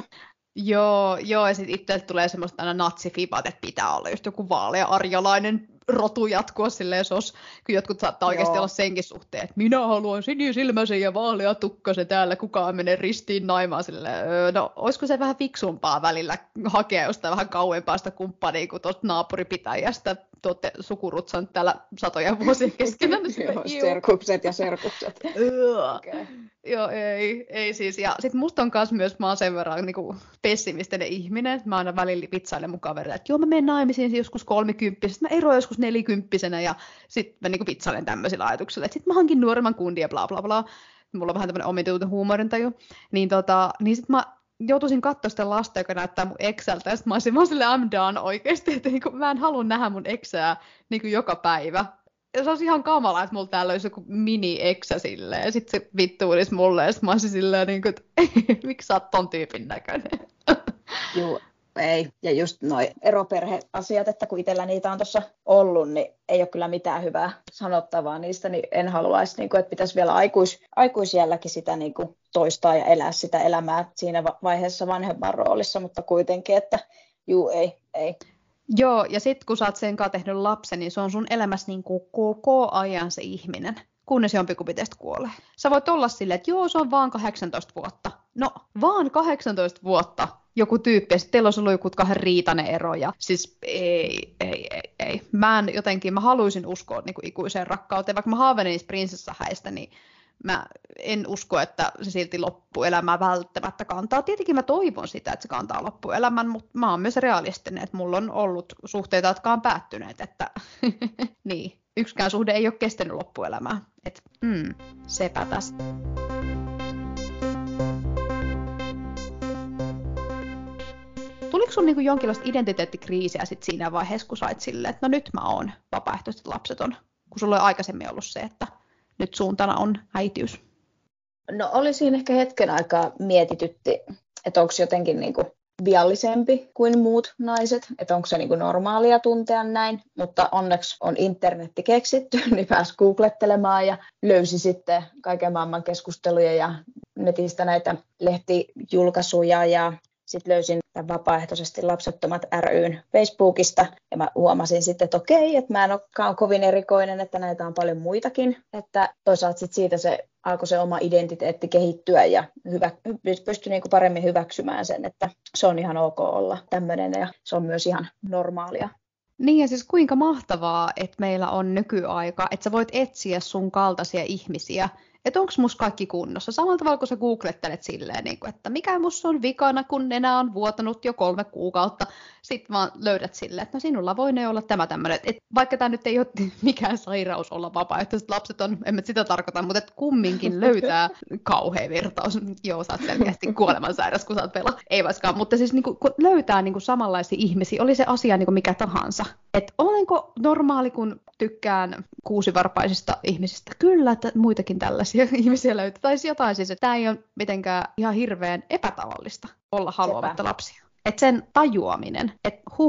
Joo, joo, ja sitten itse tulee semmoista aina natsifibat, että pitää olla just joku vaalea arjalainen rotu jatkua silleen sos, kun jotkut saattaa oikeasti joo. olla senkin suhteen, että minä haluan sinisilmäisen ja vaalea tukkasen täällä, kukaan menee ristiin naimaan silleen, öö, no olisiko se vähän fiksumpaa välillä hakea jostain vähän kauempaa sitä kumppania kuin tuosta naapuripitäjästä, tuotte sukurutsan täällä satoja vuosia keskenään. Joo, serkukset ja serkukset. Okay. Joo, ei, ei siis. Ja sit musta on kans myös, mä oon sen verran niinku pessimistinen ihminen. Mä aina välillä vitsailen mun kaverille, että joo, mä menen naimisiin joskus kolmikymppisenä, mä eroan joskus nelikymppisenä, ja sit mä niinku vitsailen tämmöisillä ajatuksilla, että sit mä hankin nuoremman kundin ja bla bla bla. Mulla on vähän tämmönen omituinen huumorintaju. Niin, tota, niin sit mä joutuisin katsoa sitä lasta, joka näyttää mun eksältä, ja sit mä olisin vaan silleen, I'm done oikeesti, että niinku, mä en halua nähdä mun eksää niinku joka päivä. Ja se olisi ihan kamala, että mulla täällä olisi joku mini-eksä silleen, ja sit se vittu olisi mulle, ja sit mä olisin silleen, niin kuin, että miksi sä oot ton tyypin näköinen? Joo, ei. Ja just noi eroperheasiat, että kun itsellä niitä on tuossa ollut, niin ei ole kyllä mitään hyvää sanottavaa niistä, niin en haluaisi, niin kuin, että pitäisi vielä aikuis, aikuisjälläkin sitä niin kuin toistaa ja elää sitä elämää siinä vaiheessa vanhemman roolissa, mutta kuitenkin, että juu, ei, ei. Joo, ja sit kun sä oot sen kanssa tehnyt lapsen, niin se on sun elämässä niin kuin koko ajan se ihminen, kunnes jompikumpi teistä kuolee. Sä voit olla silleen, että joo, se on vaan kahdeksantoista vuotta. No, vaan kahdeksantoista vuotta joku tyyppi, ja sitten teillä olisi ollut joku kahden riitainen ero, ja siis ei, ei, ei, ei. Mä en jotenkin, mä haluaisin uskoa niin kuin ikuiseen rakkauteen, vaikka mä haaveilen niistä prinsessahäistä, niin mä en usko, että se silti loppuelämää välttämättä kantaa. Tietenkin mä toivon sitä, että se kantaa loppuelämän, mutta mä oon myös realistinen, että mulla on ollut suhteita, jotka on päättyneet, että niin, yksikään suhde ei ole kestänyt loppuelämää. Et, mm, sepä tästä. Tuliko sun niinku jonkinlaista identiteettikriisiä sit siinä vaiheessa, kun sait silleen, että no nyt mä oon vapaaehtoiset lapseton, kun sulla on aikaisemmin ollut se, että nyt suuntana on äitiys? No oli siinä ehkä hetken aikaa mietitytti, että onko jotenkin niin kuin viallisempi kuin muut naiset, että onko se niin kuin normaalia tuntea näin, mutta onneksi on internetti keksitty, niin pääsi googlettelemaan ja löysi sitten kaiken maailman keskusteluja ja netistä näitä lehtijulkaisuja ja sitten löysin vapaaehtoisesti Lapsettomat ry:n Facebookista ja mä huomasin sitten, että okei, että mä en olekaan kovin erikoinen, että näitä on paljon muitakin. Että toisaalta sit siitä se alkoi se oma identiteetti kehittyä ja hyvä, pystyi niinku paremmin hyväksymään sen, että se on ihan ok olla tämmöinen ja se on myös ihan normaalia. Niin ja siis kuinka mahtavaa, että meillä on nykyaika, että sä voit etsiä sun kaltaisia ihmisiä, että onko musta kaikki kunnossa. Samalla tavalla kun sä googlettelet silleen, että mikä musta on vikana, kun nenä on vuotanut jo kolme kuukautta. Sitten vaan löydät silleen, että no sinulla voi ne olla tämä tämmöinen. Et vaikka tämä nyt ei ole mikään sairaus olla vapaaehtoiset lapset on, en mä sitä tarkoita, mutta et kumminkin löytää kauhea virtaus. Joo, sä oot selkeästi kuolemansairas, kun sä oot pela. Ei vaikkaan, mutta siis niinku, kun löytää niinku samanlaisia ihmisiä, oli se asia niinku mikä tahansa. Että olenko normaali, kun tykkään kuusivarpaisista ihmisistä? Kyllä, että muitakin tällaisia ihmisiä löytyy. Tai jotain siis, että tämä ei ole mitenkään ihan hirveän epätavallista olla haluamatta lapsia. Että sen tajuaminen, että huh,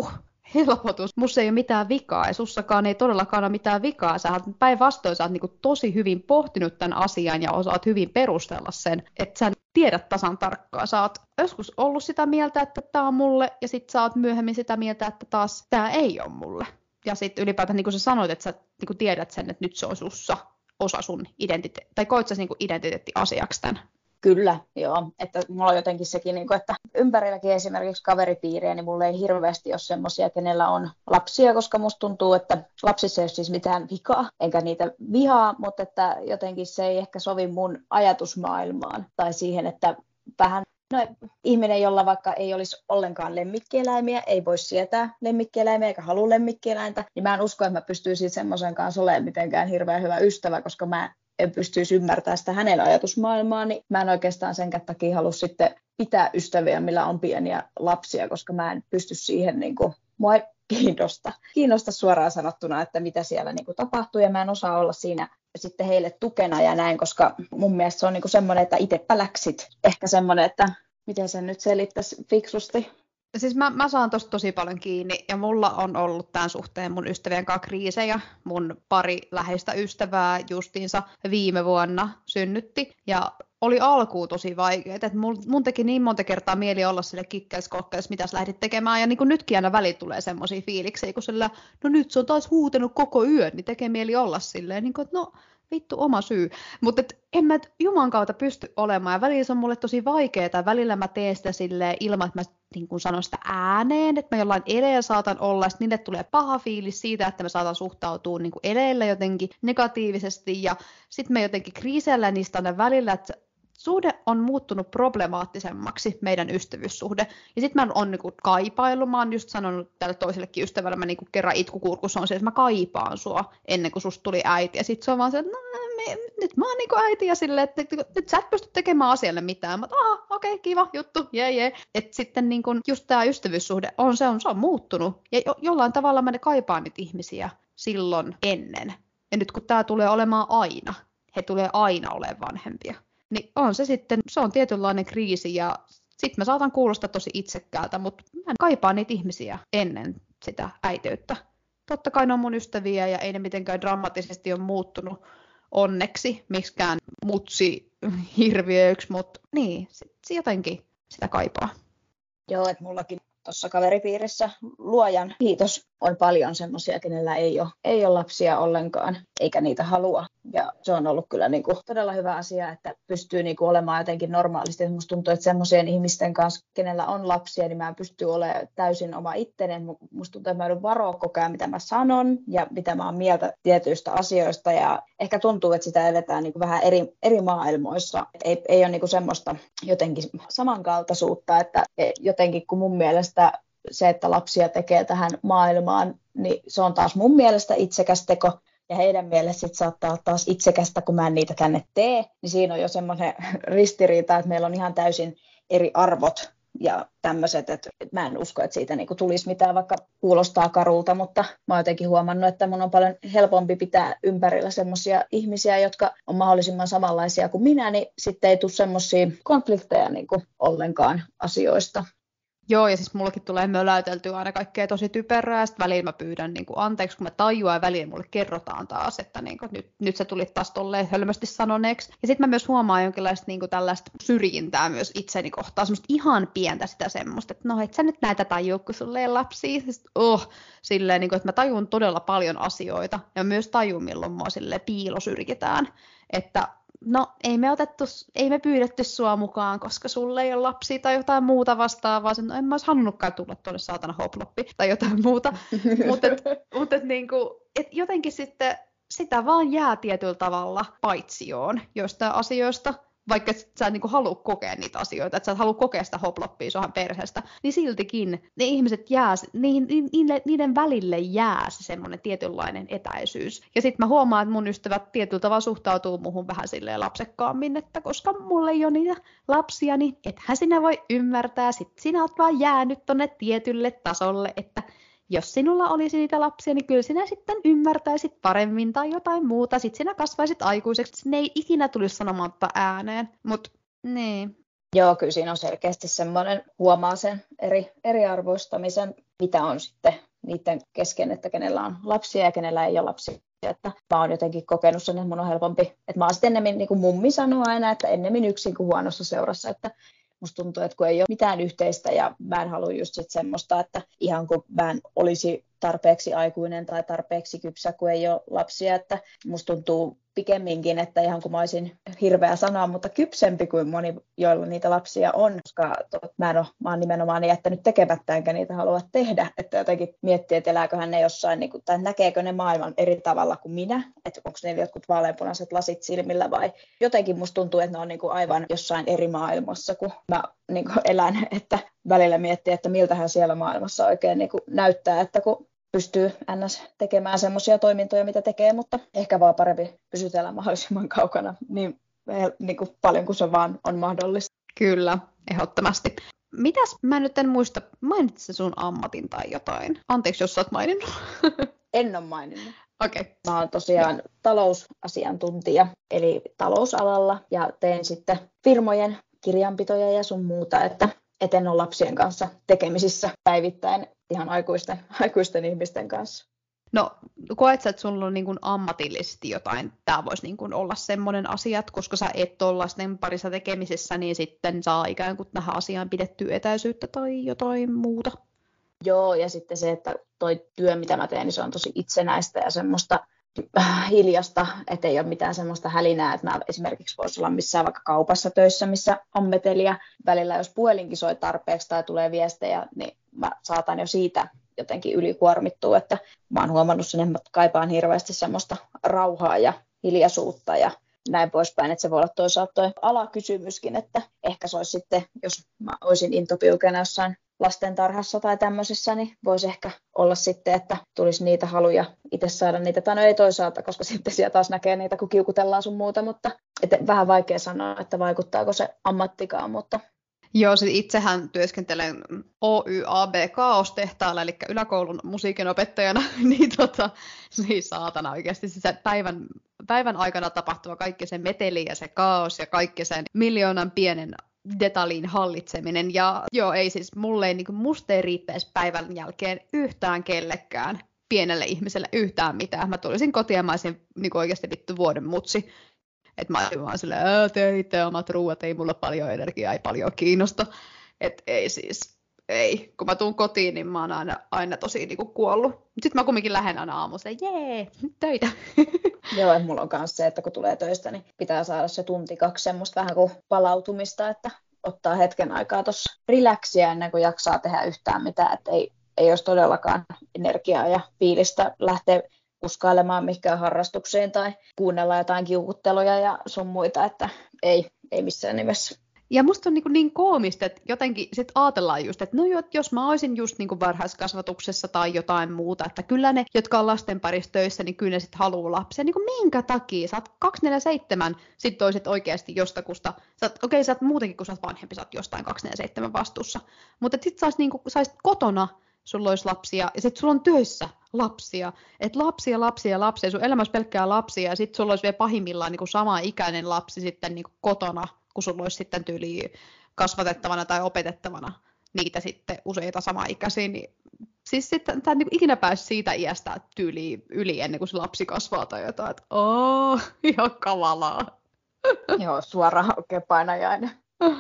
helpotus. Musta ei ole mitään vikaa ja sussakaan ei todellakaan ole mitään vikaa. Sä oot päinvastoin, sä oot niinku tosi hyvin pohtinut tämän asian ja osaat hyvin perustella sen, että sä tiedät tasan tarkkaan. Sä oot joskus ollut sitä mieltä, että tää on mulle ja sit sä oot myöhemmin sitä mieltä, että taas tää ei ole mulle. Ja sit ylipäätään niin kuin sä sanoit, että sä niin kuin tiedät sen, että nyt se on sussa osa sun identiteetti, tai koit sä niin kuin identiteettiasiaksi tämän? Kyllä, joo. Että mulla on jotenkin sekin, että ympärilläkin esimerkiksi kaveripiiriä, niin mulla ei hirveästi ole semmoisia, kenellä on lapsia, koska musta tuntuu, että lapsissa ei ole siis mitään vikaa, enkä niitä vihaa, mutta että jotenkin se ei ehkä sovi mun ajatusmaailmaan tai siihen, että vähän no, ihminen, jolla vaikka ei olisi ollenkaan lemmikkieläimiä, ei voi sietää lemmikkieläimiä eikä halua lemmikkieläintä, niin mä en usko, että mä pystyisin semmoisen kanssa olemaan mitenkään hirveän hyvä ystävä, koska mä en pystyisi ymmärtämään sitä hänen ajatusmaailmaa, niin mä en oikeastaan sen takia halua sitten pitää ystäviä, millä on pieniä lapsia, koska mä en pysty siihen, niin kuin, mua ei kiinnosta, kiinnosta suoraan sanottuna, että mitä siellä niin kuin tapahtuu, ja mä en osaa olla siinä sitten heille tukena ja näin, koska mun mielestä se on niin kuin semmoinen, että itsepä läksit. Ehkä semmoinen, että miten sen nyt selittäisi fiksusti. Siis mä, mä saan tosta tosi paljon kiinni ja mulla on ollut tämän suhteen mun ystävien kanssa kriisejä. Mun pari läheistä ystävää justiinsa viime vuonna synnytti ja oli alkuun tosi vaikeaa, että mun, mun teki niin monta kertaa mieli olla sille kikkeis-kokkeis, mitä sä lähdit tekemään. Ja niin kuin nytkin aina väliin tulee semmoisia fiiliksiä, kun sillä, no nyt se on taas huutanut koko yön, niin tekee mieli olla silleen, niin kuin, että no vittu oma syy. Mutta en mä Juman kautta pysty olemaan ja välillä se on mulle tosi vaikeaa. Välillä mä teen sitä silleen ilman, että mä niin kun sanon sitä ääneen, että mä jollain eleellä saatan olla, ja niille tulee paha fiilis siitä, että mä saatan suhtautua niin eleellä jotenkin negatiivisesti, ja sitten me jotenkin kriisellä niistä aina välillä, että suhde on muuttunut problemaattisemmaksi, meidän ystävyyssuhde. Ja sitten mä oon niinku kaipaillut, mä oon just sanonut tälle toisellekin ystävälle, mä niinku kerran itkukurkussa on se, että mä kaipaan sua ennen kuin susta tuli äiti. Ja sitten se on vaan se, että no, me, nyt mä oon niinku äiti ja silleen, että nyt sä et pysty tekemään asialle mitään. Mä oon, okei, okay, kiva juttu, jee jee. Että sitten niinku just tää ystävyyssuhde on, se on, se on muuttunut. Ja jo, jollain tavalla mä ne kaipaan niitä ihmisiä silloin ennen. Ja nyt kun tää tulee olemaan aina, he tulee aina olemaan vanhempia. Niin on se sitten, se on tietynlainen kriisi ja sitten mä saatan kuulostaa tosi itsekkäältä, mutta mä kaipaan niitä ihmisiä ennen sitä äitiyttä. Totta kai ne on mun ystäviä ja ei ne mitenkään dramaattisesti ole muuttunut onneksi miksikään mutsi hirviöiksi, mutta niin, sit, jotenkin sitä kaipaa. Joo, että mullakin tuossa kaveripiirissä luojan kiitos on paljon semmoisia, kenellä ei ole, ei ole lapsia ollenkaan, eikä niitä halua. Ja se on ollut kyllä niin kuin todella hyvä asia, että pystyy niin kuin olemaan jotenkin normaalisti. Musta tuntuu, että semmoisien ihmisten kanssa, kenellä on lapsia, niin mä en pysty olemaan täysin oma itteni. Musta tuntuu, että mä joudun varoa koko ajan, mitä mä sanon ja mitä mä oon mieltä tietyistä asioista. Ja ehkä tuntuu, että sitä eletään niin kuin vähän eri, eri maailmoissa. Ei, ei ole niin kuin semmoista jotenkin samankaltaisuutta, että jotenkin kun mun mielestä se, että lapsia tekee tähän maailmaan, niin se on taas mun mielestä itsekäs teko. Ja heidän mielestä sit saattaa olla taas itsekästä, kun mä en niitä tänne tee. Niin siinä on jo semmoinen ristiriita, että meillä on ihan täysin eri arvot ja tämmöiset. Että mä en usko, että siitä niinku tulisi mitään, vaikka kuulostaa karulta. Mutta mä oon jotenkin huomannut, että mun on paljon helpompi pitää ympärillä semmoisia ihmisiä, jotka on mahdollisimman samanlaisia kuin minä. Niin sitten ei tule semmoisia konflikteja niinku ollenkaan asioista. Joo, ja siis mullakin tulee möläyteltyä aina kaikkea tosi typerää, ja sitten välillä mä pyydän niin kuin anteeksi, kun mä tajuan, ja välillä mulle kerrotaan taas, että niin kuin, nyt, nyt sä tulit taas tolleen hölmösti sanoneeksi. Ja sitten mä myös huomaan jonkinlaista niin kuin tällaista syrjintää myös itseni kohtaan, semmoista ihan pientä sitä semmoista, että no et sä nyt näitä tajua, kun sulle ei lapsia. Sitten, oh, silleen, niin kuin, että mä tajun todella paljon asioita, ja myös tajun, milloin mua silleen piilosyrjitään, että no ei me, otettu, ei me pyydetty sua mukaan, koska sulle ei ole lapsia tai jotain muuta vastaavaa. No en mä olisi halunnutkaan tulla tuonne saatana hoploppi tai jotain muuta. Mutta mut niinku, jotenkin sitten sitä vaan jää tietyllä tavalla paitsioon jostain asioista. Vaikka sä et niinku halua kokea niitä asioita, että sä et halua kokea sitä hoploppia sohan perheestä, niin siltikin ne ihmiset jää, niiden, niiden välille jää se semmoinen tietynlainen etäisyys. Ja sitten mä huomaan, että mun ystävät tietyllä tavalla suhtautuu muhun vähän silleen lapsekkaammin, että koska mulla ei ole niitä lapsia, niin ethän sinä voi ymmärtää, sit sinä oot vaan jäänyt tonne tietylle tasolle, että jos sinulla olisi niitä lapsia, niin kyllä sinä sitten ymmärtäisit paremmin tai jotain muuta. Sitten sinä kasvaisit aikuiseksi. Sinne ei ikinä tulisi sanomatta ääneen. Mut niin. Joo, kyllä siinä on selkeästi semmoinen, huomaa sen eri, eriarvoistamisen, mitä on sitten niiden kesken, että kenellä on lapsia ja kenellä ei ole lapsia. Että mä oon jotenkin kokenut sen, että mun on helpompi. Että mä oon sitten ennemmin, niin kuin mummi sanoo aina, että ennemmin yksin kuin huonossa seurassa. Että musta tuntuu, että kun ei ole mitään yhteistä ja mä en halua just sit semmoista, että ihan kun mä en olisi tarpeeksi aikuinen tai tarpeeksi kypsä, kun ei ole lapsia, että musta tuntuu pikemminkin, että ihan kun mä olisin hirveä sanoa, mutta kypsempi kuin moni, joilla niitä lapsia on, koska tot, mä, en ole, mä oon nimenomaan jättänyt tekemättä, enkä niitä halua tehdä, että jotenkin miettii, että elääköhän ne jossain, niin kuin, tai näkeekö ne maailman eri tavalla kuin minä, että onko ne jotkut vaaleanpunaiset lasit silmillä vai jotenkin musta tuntuu, että ne on niin kuin aivan jossain eri maailmassa, kun mä niin kuin elän, että välillä miettii, että miltähän siellä maailmassa oikein niin kuin näyttää, että kun pystyy ns. Tekemään semmoisia toimintoja, mitä tekee, mutta ehkä vaan parempi pysytellä mahdollisimman kaukana niin, niin kuin paljon kuin se vaan on mahdollista. Kyllä, ehdottomasti. Mitäs, mä nyt en muista, mainitsit sun ammatin tai jotain? Anteeksi, jos sä oot maininnut. En ole maininnut. Okei. Okay. Mä oon tosiaan talousasiantuntija, eli talousalalla, ja teen sitten firmojen kirjanpitoja ja sun muuta, että et en ole lapsien kanssa tekemisissä päivittäin ihan aikuisten, aikuisten ihmisten kanssa. No, koet sä, että sulla on niin kuin ammatillisesti jotain, tämä voisi niin kuin olla semmoinen asia, että koska sä et ole lasten parissa tekemisissä, niin sitten saa ikään kuin tähän asiaan pidettyä etäisyyttä tai jotain muuta? Joo, ja sitten se, että toi työ, mitä mä teen, niin se on tosi itsenäistä ja semmoista hiljasta, ettei ole mitään semmoista hälinää, että mä esimerkiksi voisi olla missään vaikka kaupassa töissä, missä on meteliä. Välillä jos puhelinkin soi tarpeeksi tai tulee viestejä, niin mä saatan jo siitä jotenkin ylikuormittua, että mä oon huomannut sen, että mä kaipaan hirveästi semmoista rauhaa ja hiljaisuutta ja näin poispäin, että se voi olla toisaalta toi alakysymyskin, että ehkä se olisi sitten, jos mä olisin intopiukena jossain lastentarhassa tai tämmöisessä, niin voisi ehkä olla sitten, että tulisi niitä haluja itse saada niitä, tai no ei toisaalta, koska sitten siellä taas näkee niitä, kun kiukutellaan sun muuta, mutta et vähän vaikea sanoa, että vaikuttaako se ammattikaan, mutta Joo, siis itsehän työskentelen O Y A B-kaostehtaalla, eli yläkoulun musiikinopettajana, niin tota, siis saatana oikeasti se päivän, päivän aikana tapahtuva kaikki se meteli ja se kaos ja kaikki sen miljoonan pienen detaljin hallitseminen. Ja joo, ei siis mulle ei, niin musta ei riittäisi päivän jälkeen yhtään kellekään, pienelle ihmiselle yhtään mitään. Mä tulisin kotiin ja mä olisin niin oikeasti vittu vuoden mutsi. Että mä olin vaan silleen, tee itse omat ruuat, ei mulla paljon energiaa, ei paljon kiinnosta. Että ei siis, ei. Kun mä tuun kotiin, niin mä oon aina, aina tosi niinku kuollut. Sitten mä kumminkin lähden aina aamulla jee, töitä. Joo, että mulla on myös se, että kun tulee töistä, niin pitää saada se tunti kaksi semmoista vähän kuin palautumista, että ottaa hetken aikaa tuossa relaxia ennen kuin jaksaa tehdä yhtään mitään. Että ei, ei olisi todellakaan energiaa ja fiilistä lähteä uskailemaan mihinkään harrastukseen tai kuunnella jotain kiukutteluja ja sun muita, että ei, ei missään nimessä. Ja musta on niin, niin koomista, että jotenkin sit ajatellaan just, että no jos mä olisin just niin kuin varhaiskasvatuksessa tai jotain muuta, että kyllä ne, jotka on lasten parissa töissä, niin kyllä ne sit haluaa lapsia. Niin kuin minkä takia? Sä oot kaksikymmentäseitsemän, sit toiset oikeasti jostakusta. Okei, okay, sä oot muutenkin, kun sä oot vanhempi, sä oot jostain kaksikymmentäseitsemän vastuussa. Mutta sit sä ois, niin kuin, sä kotona, sulla olisi lapsia, ja sitten sulla on töissä lapsia. Että lapsia, lapsia, lapsia, sun elämässä pelkkää lapsia, ja sitten sulla olisi vielä pahimmillaan niin kuin sama ikäinen lapsi sitten niin kuin kotona, kun sulla olisi sitten tyyli kasvatettavana tai opetettavana niitä sitten useita samaikäisiä. Niin, siis sitten tämä niin ikinä pääsi siitä iästä tyyliin yli ennen kuin se lapsi kasvaa tai jotain, että ooo, ihan kavalaa. Joo, suoraan oikein painajainen.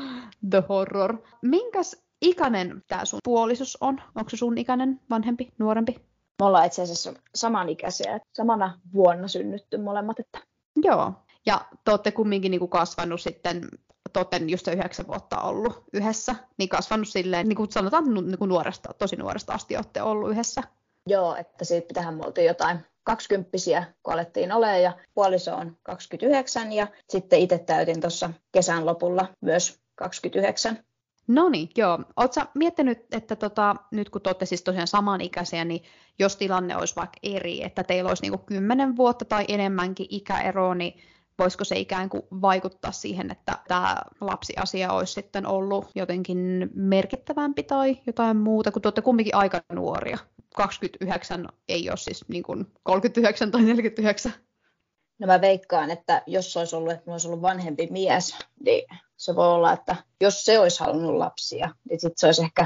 The horror. Minkäs ikäinen tämä sun puolisus on? Onko se sun ikäinen, vanhempi, nuorempi? Me ollaan itse asiassa samanikäisiä, samana vuonna synnytty molemmat. Että... Joo, ja te olette kumminkin niinku kasvanut sitten, te olette just se yhdeksän vuotta ollut yhdessä, niin kasvanut silleen, niin kuin sanotaan niin kuin nuoresta, tosi nuoresta asti olette ollut yhdessä. Joo, että siitä pitähän me oltiin jotain kaksikymppisiä, kun alettiin olemaan, ja puoliso on kaksikymmentäyhdeksän, ja sitten itse täytin tuossa kesän lopulla myös kaksikymmentäyhdeksän. No niin, joo. Oletko sä miettinyt, että tota, nyt kun te olette siis tosiaan samanikäisiä, niin jos tilanne olisi vaikka eri, että teillä olisi niinku kymmenen vuotta tai enemmänkin ikäeroa, niin voisiko se ikään kuin vaikuttaa siihen, että tämä lapsiasia olisi sitten ollut jotenkin merkittävämpi tai jotain muuta, kun te olette kumminkin aika nuoria. kaksikymmentäyhdeksän ei ole siis niin kuin kolmekymmentäyhdeksän tai neljäkymmentäyhdeksän. No mä veikkaan, että jos olisi ollut, että olisi ollut vanhempi mies, niin se voi olla, että jos se olisi halunnut lapsia, niin sitten se olisi ehkä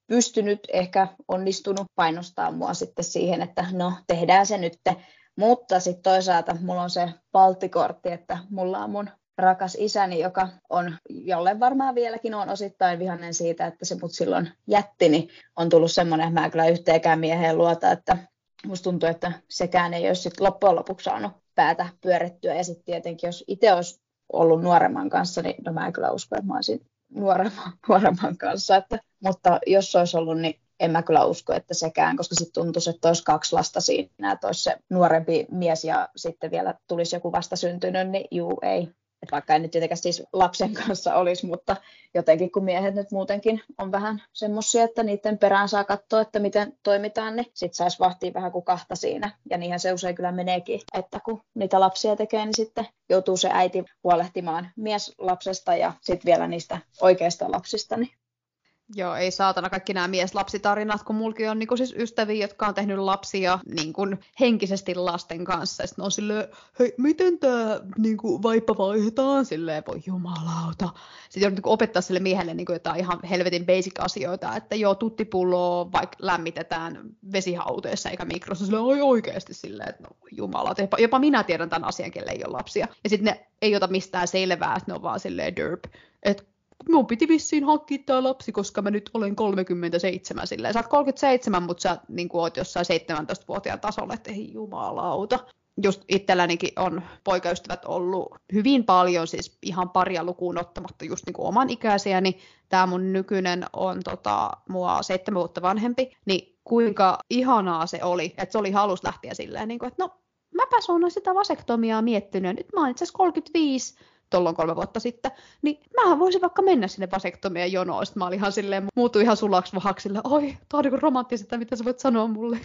pystynyt, ehkä onnistunut painostaa mua sitten siihen, että no tehdään se nyt. Mutta sitten toisaalta mulla on se valttikortti, että mulla on mun rakas isäni, joka on, jolle varmaan vieläkin on osittain vihainen siitä, että se mut silloin jätti, niin on tullut semmoinen, että mä en kyllä yhteenkään mieheen luota, että musta tuntuu, että sekään ei olisi sit loppujen lopuksi saanut päätä pyörittyä. Ja sitten tietenkin, jos itse olisi ollut nuoremman kanssa, niin no mä en kyllä usko, että mä olisin nuoremman, nuoremman kanssa. Että, mutta jos olisi ollut, niin en mä kyllä usko, että sekään, koska sitten tuntuisi, että olisi kaksi lasta siinä, että olisi se nuorempi mies ja sitten vielä tulisi joku vastasyntynyt, niin juu, ei. Et vaikka en nyt tietenkään siis lapsen kanssa olisi, mutta jotenkin kun miehet nyt muutenkin on vähän semmoisia, että niiden perään saa katsoa, että miten toimitaan, niin sitten saisi vahtia vähän kuin kahta siinä. Ja niinhän se usein kyllä meneekin, että kun niitä lapsia tekee, niin sitten joutuu se äiti huolehtimaan mieslapsesta ja sitten vielä niistä oikeista lapsista. Niin. Joo, ei saatana kaikki nämä mieslapsitarinat, kun mulki on niin siis ystäviä, jotka on tehnyt lapsia niin kuin henkisesti lasten kanssa. Ja sitten on silleen, hei, miten tämä niin kuin vaippa vaihdetaan? Silleen, voi jumalauta. Sitten joudut niin opettaa sille miehelle niin kuin jotain ihan helvetin basic-asioita, että joo, tuttipulloa vaikka lämmitetään vesihauteessa eikä mikrossa. Silleen, oi oikeasti silleen, että no jumalauta. Jopa, jopa minä tiedän tämän asian, kelle ei ole lapsia. Ja sitten ne ei ota mistään selvää, että ne on vaan silleen derp. Että minun piti vissiin hankkia tämä lapsi, koska mä nyt olen kolmekymmentäseitsemän silleen. Sä oot kolmekymmentäseitsemän, mutta sä niin kuin oot jossain seitsemäntoistavuotiaan tasolla, että ei jumalauta. Just itsellänikin on poikaystävät ollut hyvin paljon, siis ihan paria lukuun ottamatta just niin kuin oman ikäisiä, niin tämä mun nykyinen on tota, mua seitsemän vuotta vanhempi, niin kuinka ihanaa se oli, että se oli halus lähteä silleen, niin kuin, että no mäpäs on sitä vasektomiaa miettinyt, nyt mä oon itse asiassa kolmekymmentäviisi, tuolloin kolme vuotta sitten, niin mähän voisin vaikka mennä sinne vasektomian jonoon. Sitten mä olin ihan silleen, muutuin ihan sulaksi vahaksi silleen, oi, tää on niin romanttista, mitä sä voit sanoa mulle.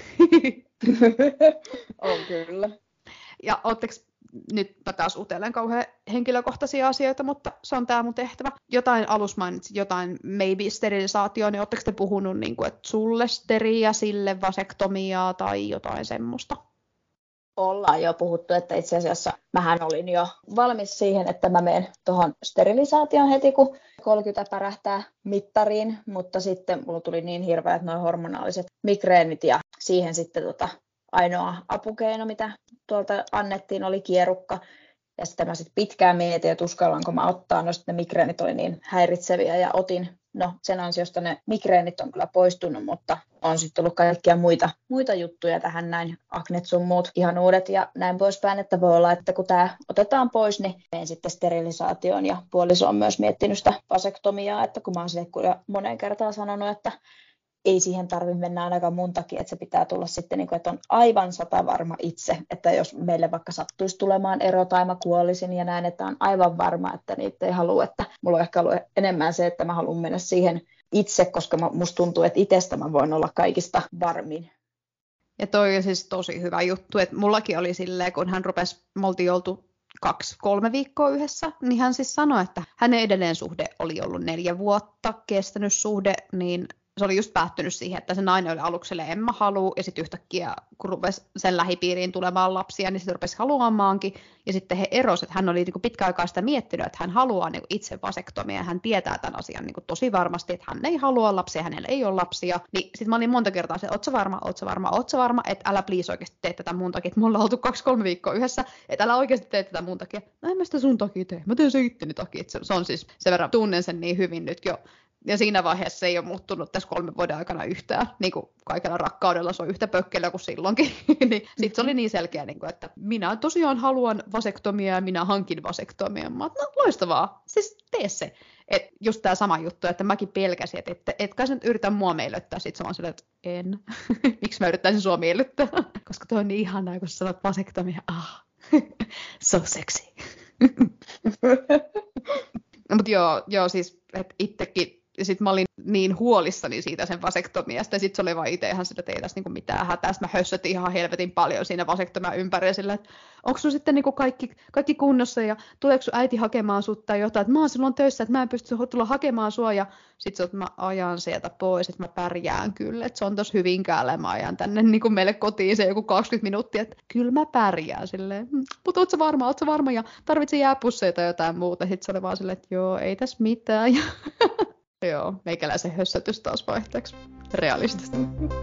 On kyllä. Ja ootteko, nyt mä taas utelen kauhean henkilökohtaisia asioita, mutta se on tää mun tehtävä. Jotain alus mainitsit, jotain maybe sterilisaatio, niin ootteko te puhunut, niin kuin, että sulle steriä, sille vasektomiaa tai jotain semmoista? Ollaan jo puhuttu, että itse asiassa mähän olin jo valmis siihen, että mä menen tuohon sterilisaatioon heti, kun kolmekymmentä pärähtää mittariin, mutta sitten mulla tuli niin hirveät nuo hormonaaliset migreenit ja siihen sitten tota ainoa apukeino, mitä tuolta annettiin, oli kierukka. Ja sitten mä sitten pitkään mietin, että uskallanko mä ottaa, no sitten ne migreenit oli niin häiritseviä ja otin. No sen ansiosta ne migreenit on kyllä poistunut, mutta on sitten tullut kaikkia muita, muita juttuja tähän näin, aknet sun muut ihanuudet ja näin poispäin, että voi olla, että kun tämä otetaan pois, niin menen sitten sterilisaatioon ja puoliso on myös miettinyt sitä vasektomiaa, että kun mä oon sille kyllä moneen kertaan sanonut, että ei siihen tarvitse mennä ainakaan mun takia, että se pitää tulla sitten, niin kuin, että on aivan satavarma itse, että jos meille vaikka sattuisi tulemaan ero tai mä kuolisin ja näin, että on aivan varma, että niitä ei halua, että mulla on ehkä ollut enemmän se, että mä haluan mennä siihen itse, koska musta tuntuu, että itsestä mä voin olla kaikista varmin. Ja toi on siis tosi hyvä juttu, että mullakin oli silleen, kun hän rupesi, me oltiin oltu kaksi, kolme viikkoa yhdessä, niin hän siis sanoi, että hänen edelleen suhde oli ollut neljä vuotta kestänyt suhde, niin se oli just päättynyt siihen, että se nainen oli alukselle en mä halua, ja sitten yhtäkkiä, kun rupesi sen lähipiiriin tulemaan lapsia, niin se rupesi haluamaankin, ja sitten he erosivat, että hän oli niin kuin pitkäaikaa sitä miettinyt, että hän haluaa niin kuin itse vasektomia, ja hän tietää tämän asian niin kuin tosi varmasti, että hän ei halua lapsia, hänellä ei ole lapsia, niin sitten mä olin monta kertaa se, oot sä varma, oot sä varma, oot sä varma, että älä please oikeasti tee tätä mun takia, että me ollaan oltu kaksi-kolme viikkoa yhdessä, että älä oikeasti tee tätä mun takia, no en mä sitä sun takia tee, mä teen se itteni takia, että se on siis sen verran, tunnen sen niin hyvin nyt jo. Ja siinä vaiheessa se ei ole muuttunut tässä kolmen vuoden aikana yhtään. Niin kuin kaikella rakkaudella se on yhtä pökkelä kuin silloinkin. niin sitten se oli niin selkeä, niin kuin, että minä tosiaan haluan vasektomia ja minä hankin vasektomia. Mä oon, no loistavaa, siis tee se. Et just tämä sama juttu, että mäkin pelkäsin, että et, et kai sä nyt yritä mua miellyttää. Sitten se on silleen, että en. Miksi mä yrittäisin sua miellyttää? Koska toi on niin ihanaa, kun sä sanot vasektomia. Ah, so sexy. No, mutta joo, joo, siis että itsekin. Ja sitten mä olin niin huolissani siitä sen vasektomiasta, ja sitten se oli vaan itse ihan sitä, että ei tässä niinku mitään hätää. Sitten mä hössötin ihan helvetin paljon siinä vasektomian ympärillä sillä, että onko sun sitten niinku kaikki, kaikki kunnossa, ja tuleeko sun äiti hakemaan sut tai jotain, että mä oon silloin töissä, että mä en pysty tulla hakemaan sua, ja sitten että mä ajan sieltä pois, että mä pärjään kyllä, että se on tossa Hyvinkäällä, mä ajan tänne niinku meille kotiin se joku kaksikymmentä minuuttia, että kyllä mä pärjään silleen, mutta oot sä varma, oot sä varma, ja tarvitse jääpusseja tai jotain muuta, sitten se oli vaan silleen, että joo, ei tässä mitään, ja Joo, meikäläisen hössötys taas vaihteeksi. Realistista.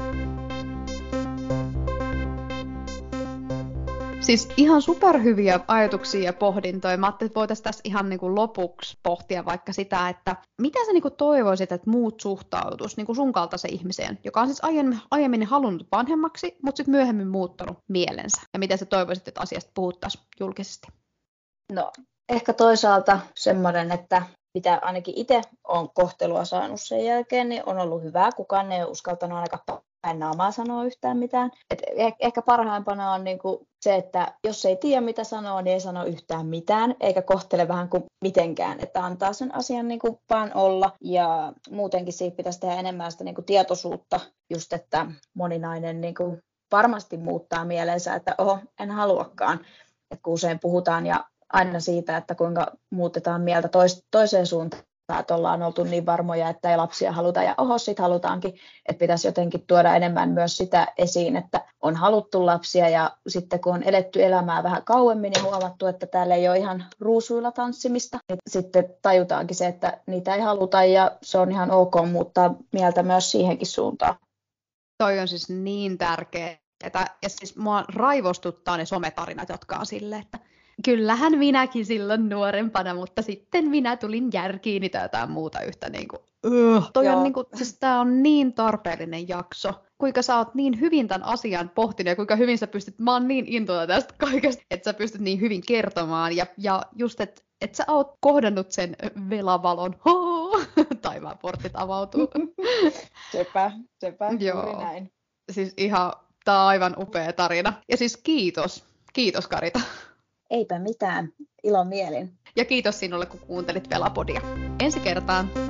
Siis ihan superhyviä ajatuksia ja pohdintoja. Mä ajattelin, että voitaisiin tässä ihan niin kuin lopuksi pohtia vaikka sitä, että mitä sä niin kuin toivoisit, että muut suhtautuisi niin kuin sun kaltaisen ihmiseen, joka on siis aiemmin, aiemmin halunnut vanhemmaksi, mutta sitten myöhemmin muuttanut mielensä. Ja mitä sä toivoisit, että asiasta puhuttaisiin julkisesti? No, ehkä toisaalta semmoinen, että mitä ainakin itse olen kohtelua saanut sen jälkeen, niin on ollut hyvää. Kukaan ei ole uskaltanut ainakaan päin naamaa sanoa yhtään mitään. Et ehkä parhaimpana on niinku se, että jos ei tiedä mitä sanoo, niin ei sano yhtään mitään, eikä kohtele vähän kuin mitenkään. Että antaa sen asian niinku vaan olla. Ja muutenkin siitä pitäisi tehdä enemmän sitä niinku tietoisuutta, just että moninainen niinku varmasti muuttaa mielensä, että oho, en haluakaan. Et kun usein puhutaan ja aina siitä, että kuinka muutetaan mieltä tois, toiseen suuntaan, että ollaan oltu niin varmoja, että ei lapsia haluta ja oho, sit halutaankin, että pitäisi jotenkin tuoda enemmän myös sitä esiin, että on haluttu lapsia ja sitten kun on eletty elämää vähän kauemmin ja huomattu, että täällä ei ole ihan ruusuilla tanssimista, niin sitten tajutaankin se, että niitä ei haluta ja se on ihan ok muuttaa mieltä myös siihenkin suuntaan. Toi on siis niin tärkeää. Ja siis mua raivostuttaa ne sometarinat, jotka on silleen, että kyllähän minäkin silloin nuorempana, mutta sitten minä tulin järkiin tai jotain muuta yhtä niin kuin, uh. Toi on niin kuin, siis tää on niin tarpeellinen jakso. Kuinka sä oot niin hyvin tämän asian pohtinut ja kuinka hyvin sä pystyt, mä oon niin intoa tästä kaikesta, että sä pystyt niin hyvin kertomaan ja, ja just, että et sä oot kohdannut sen velavalon. Hoo! Taivaan portit avautuu. Sepä, sepä, Joo. juuri näin. Siis ihan, tää on aivan upea tarina. Ja siis kiitos. Kiitos Karita. Eipä mitään. Ilon mielin. Ja kiitos sinulle, kun kuuntelit Velapodia. Ensi kertaan.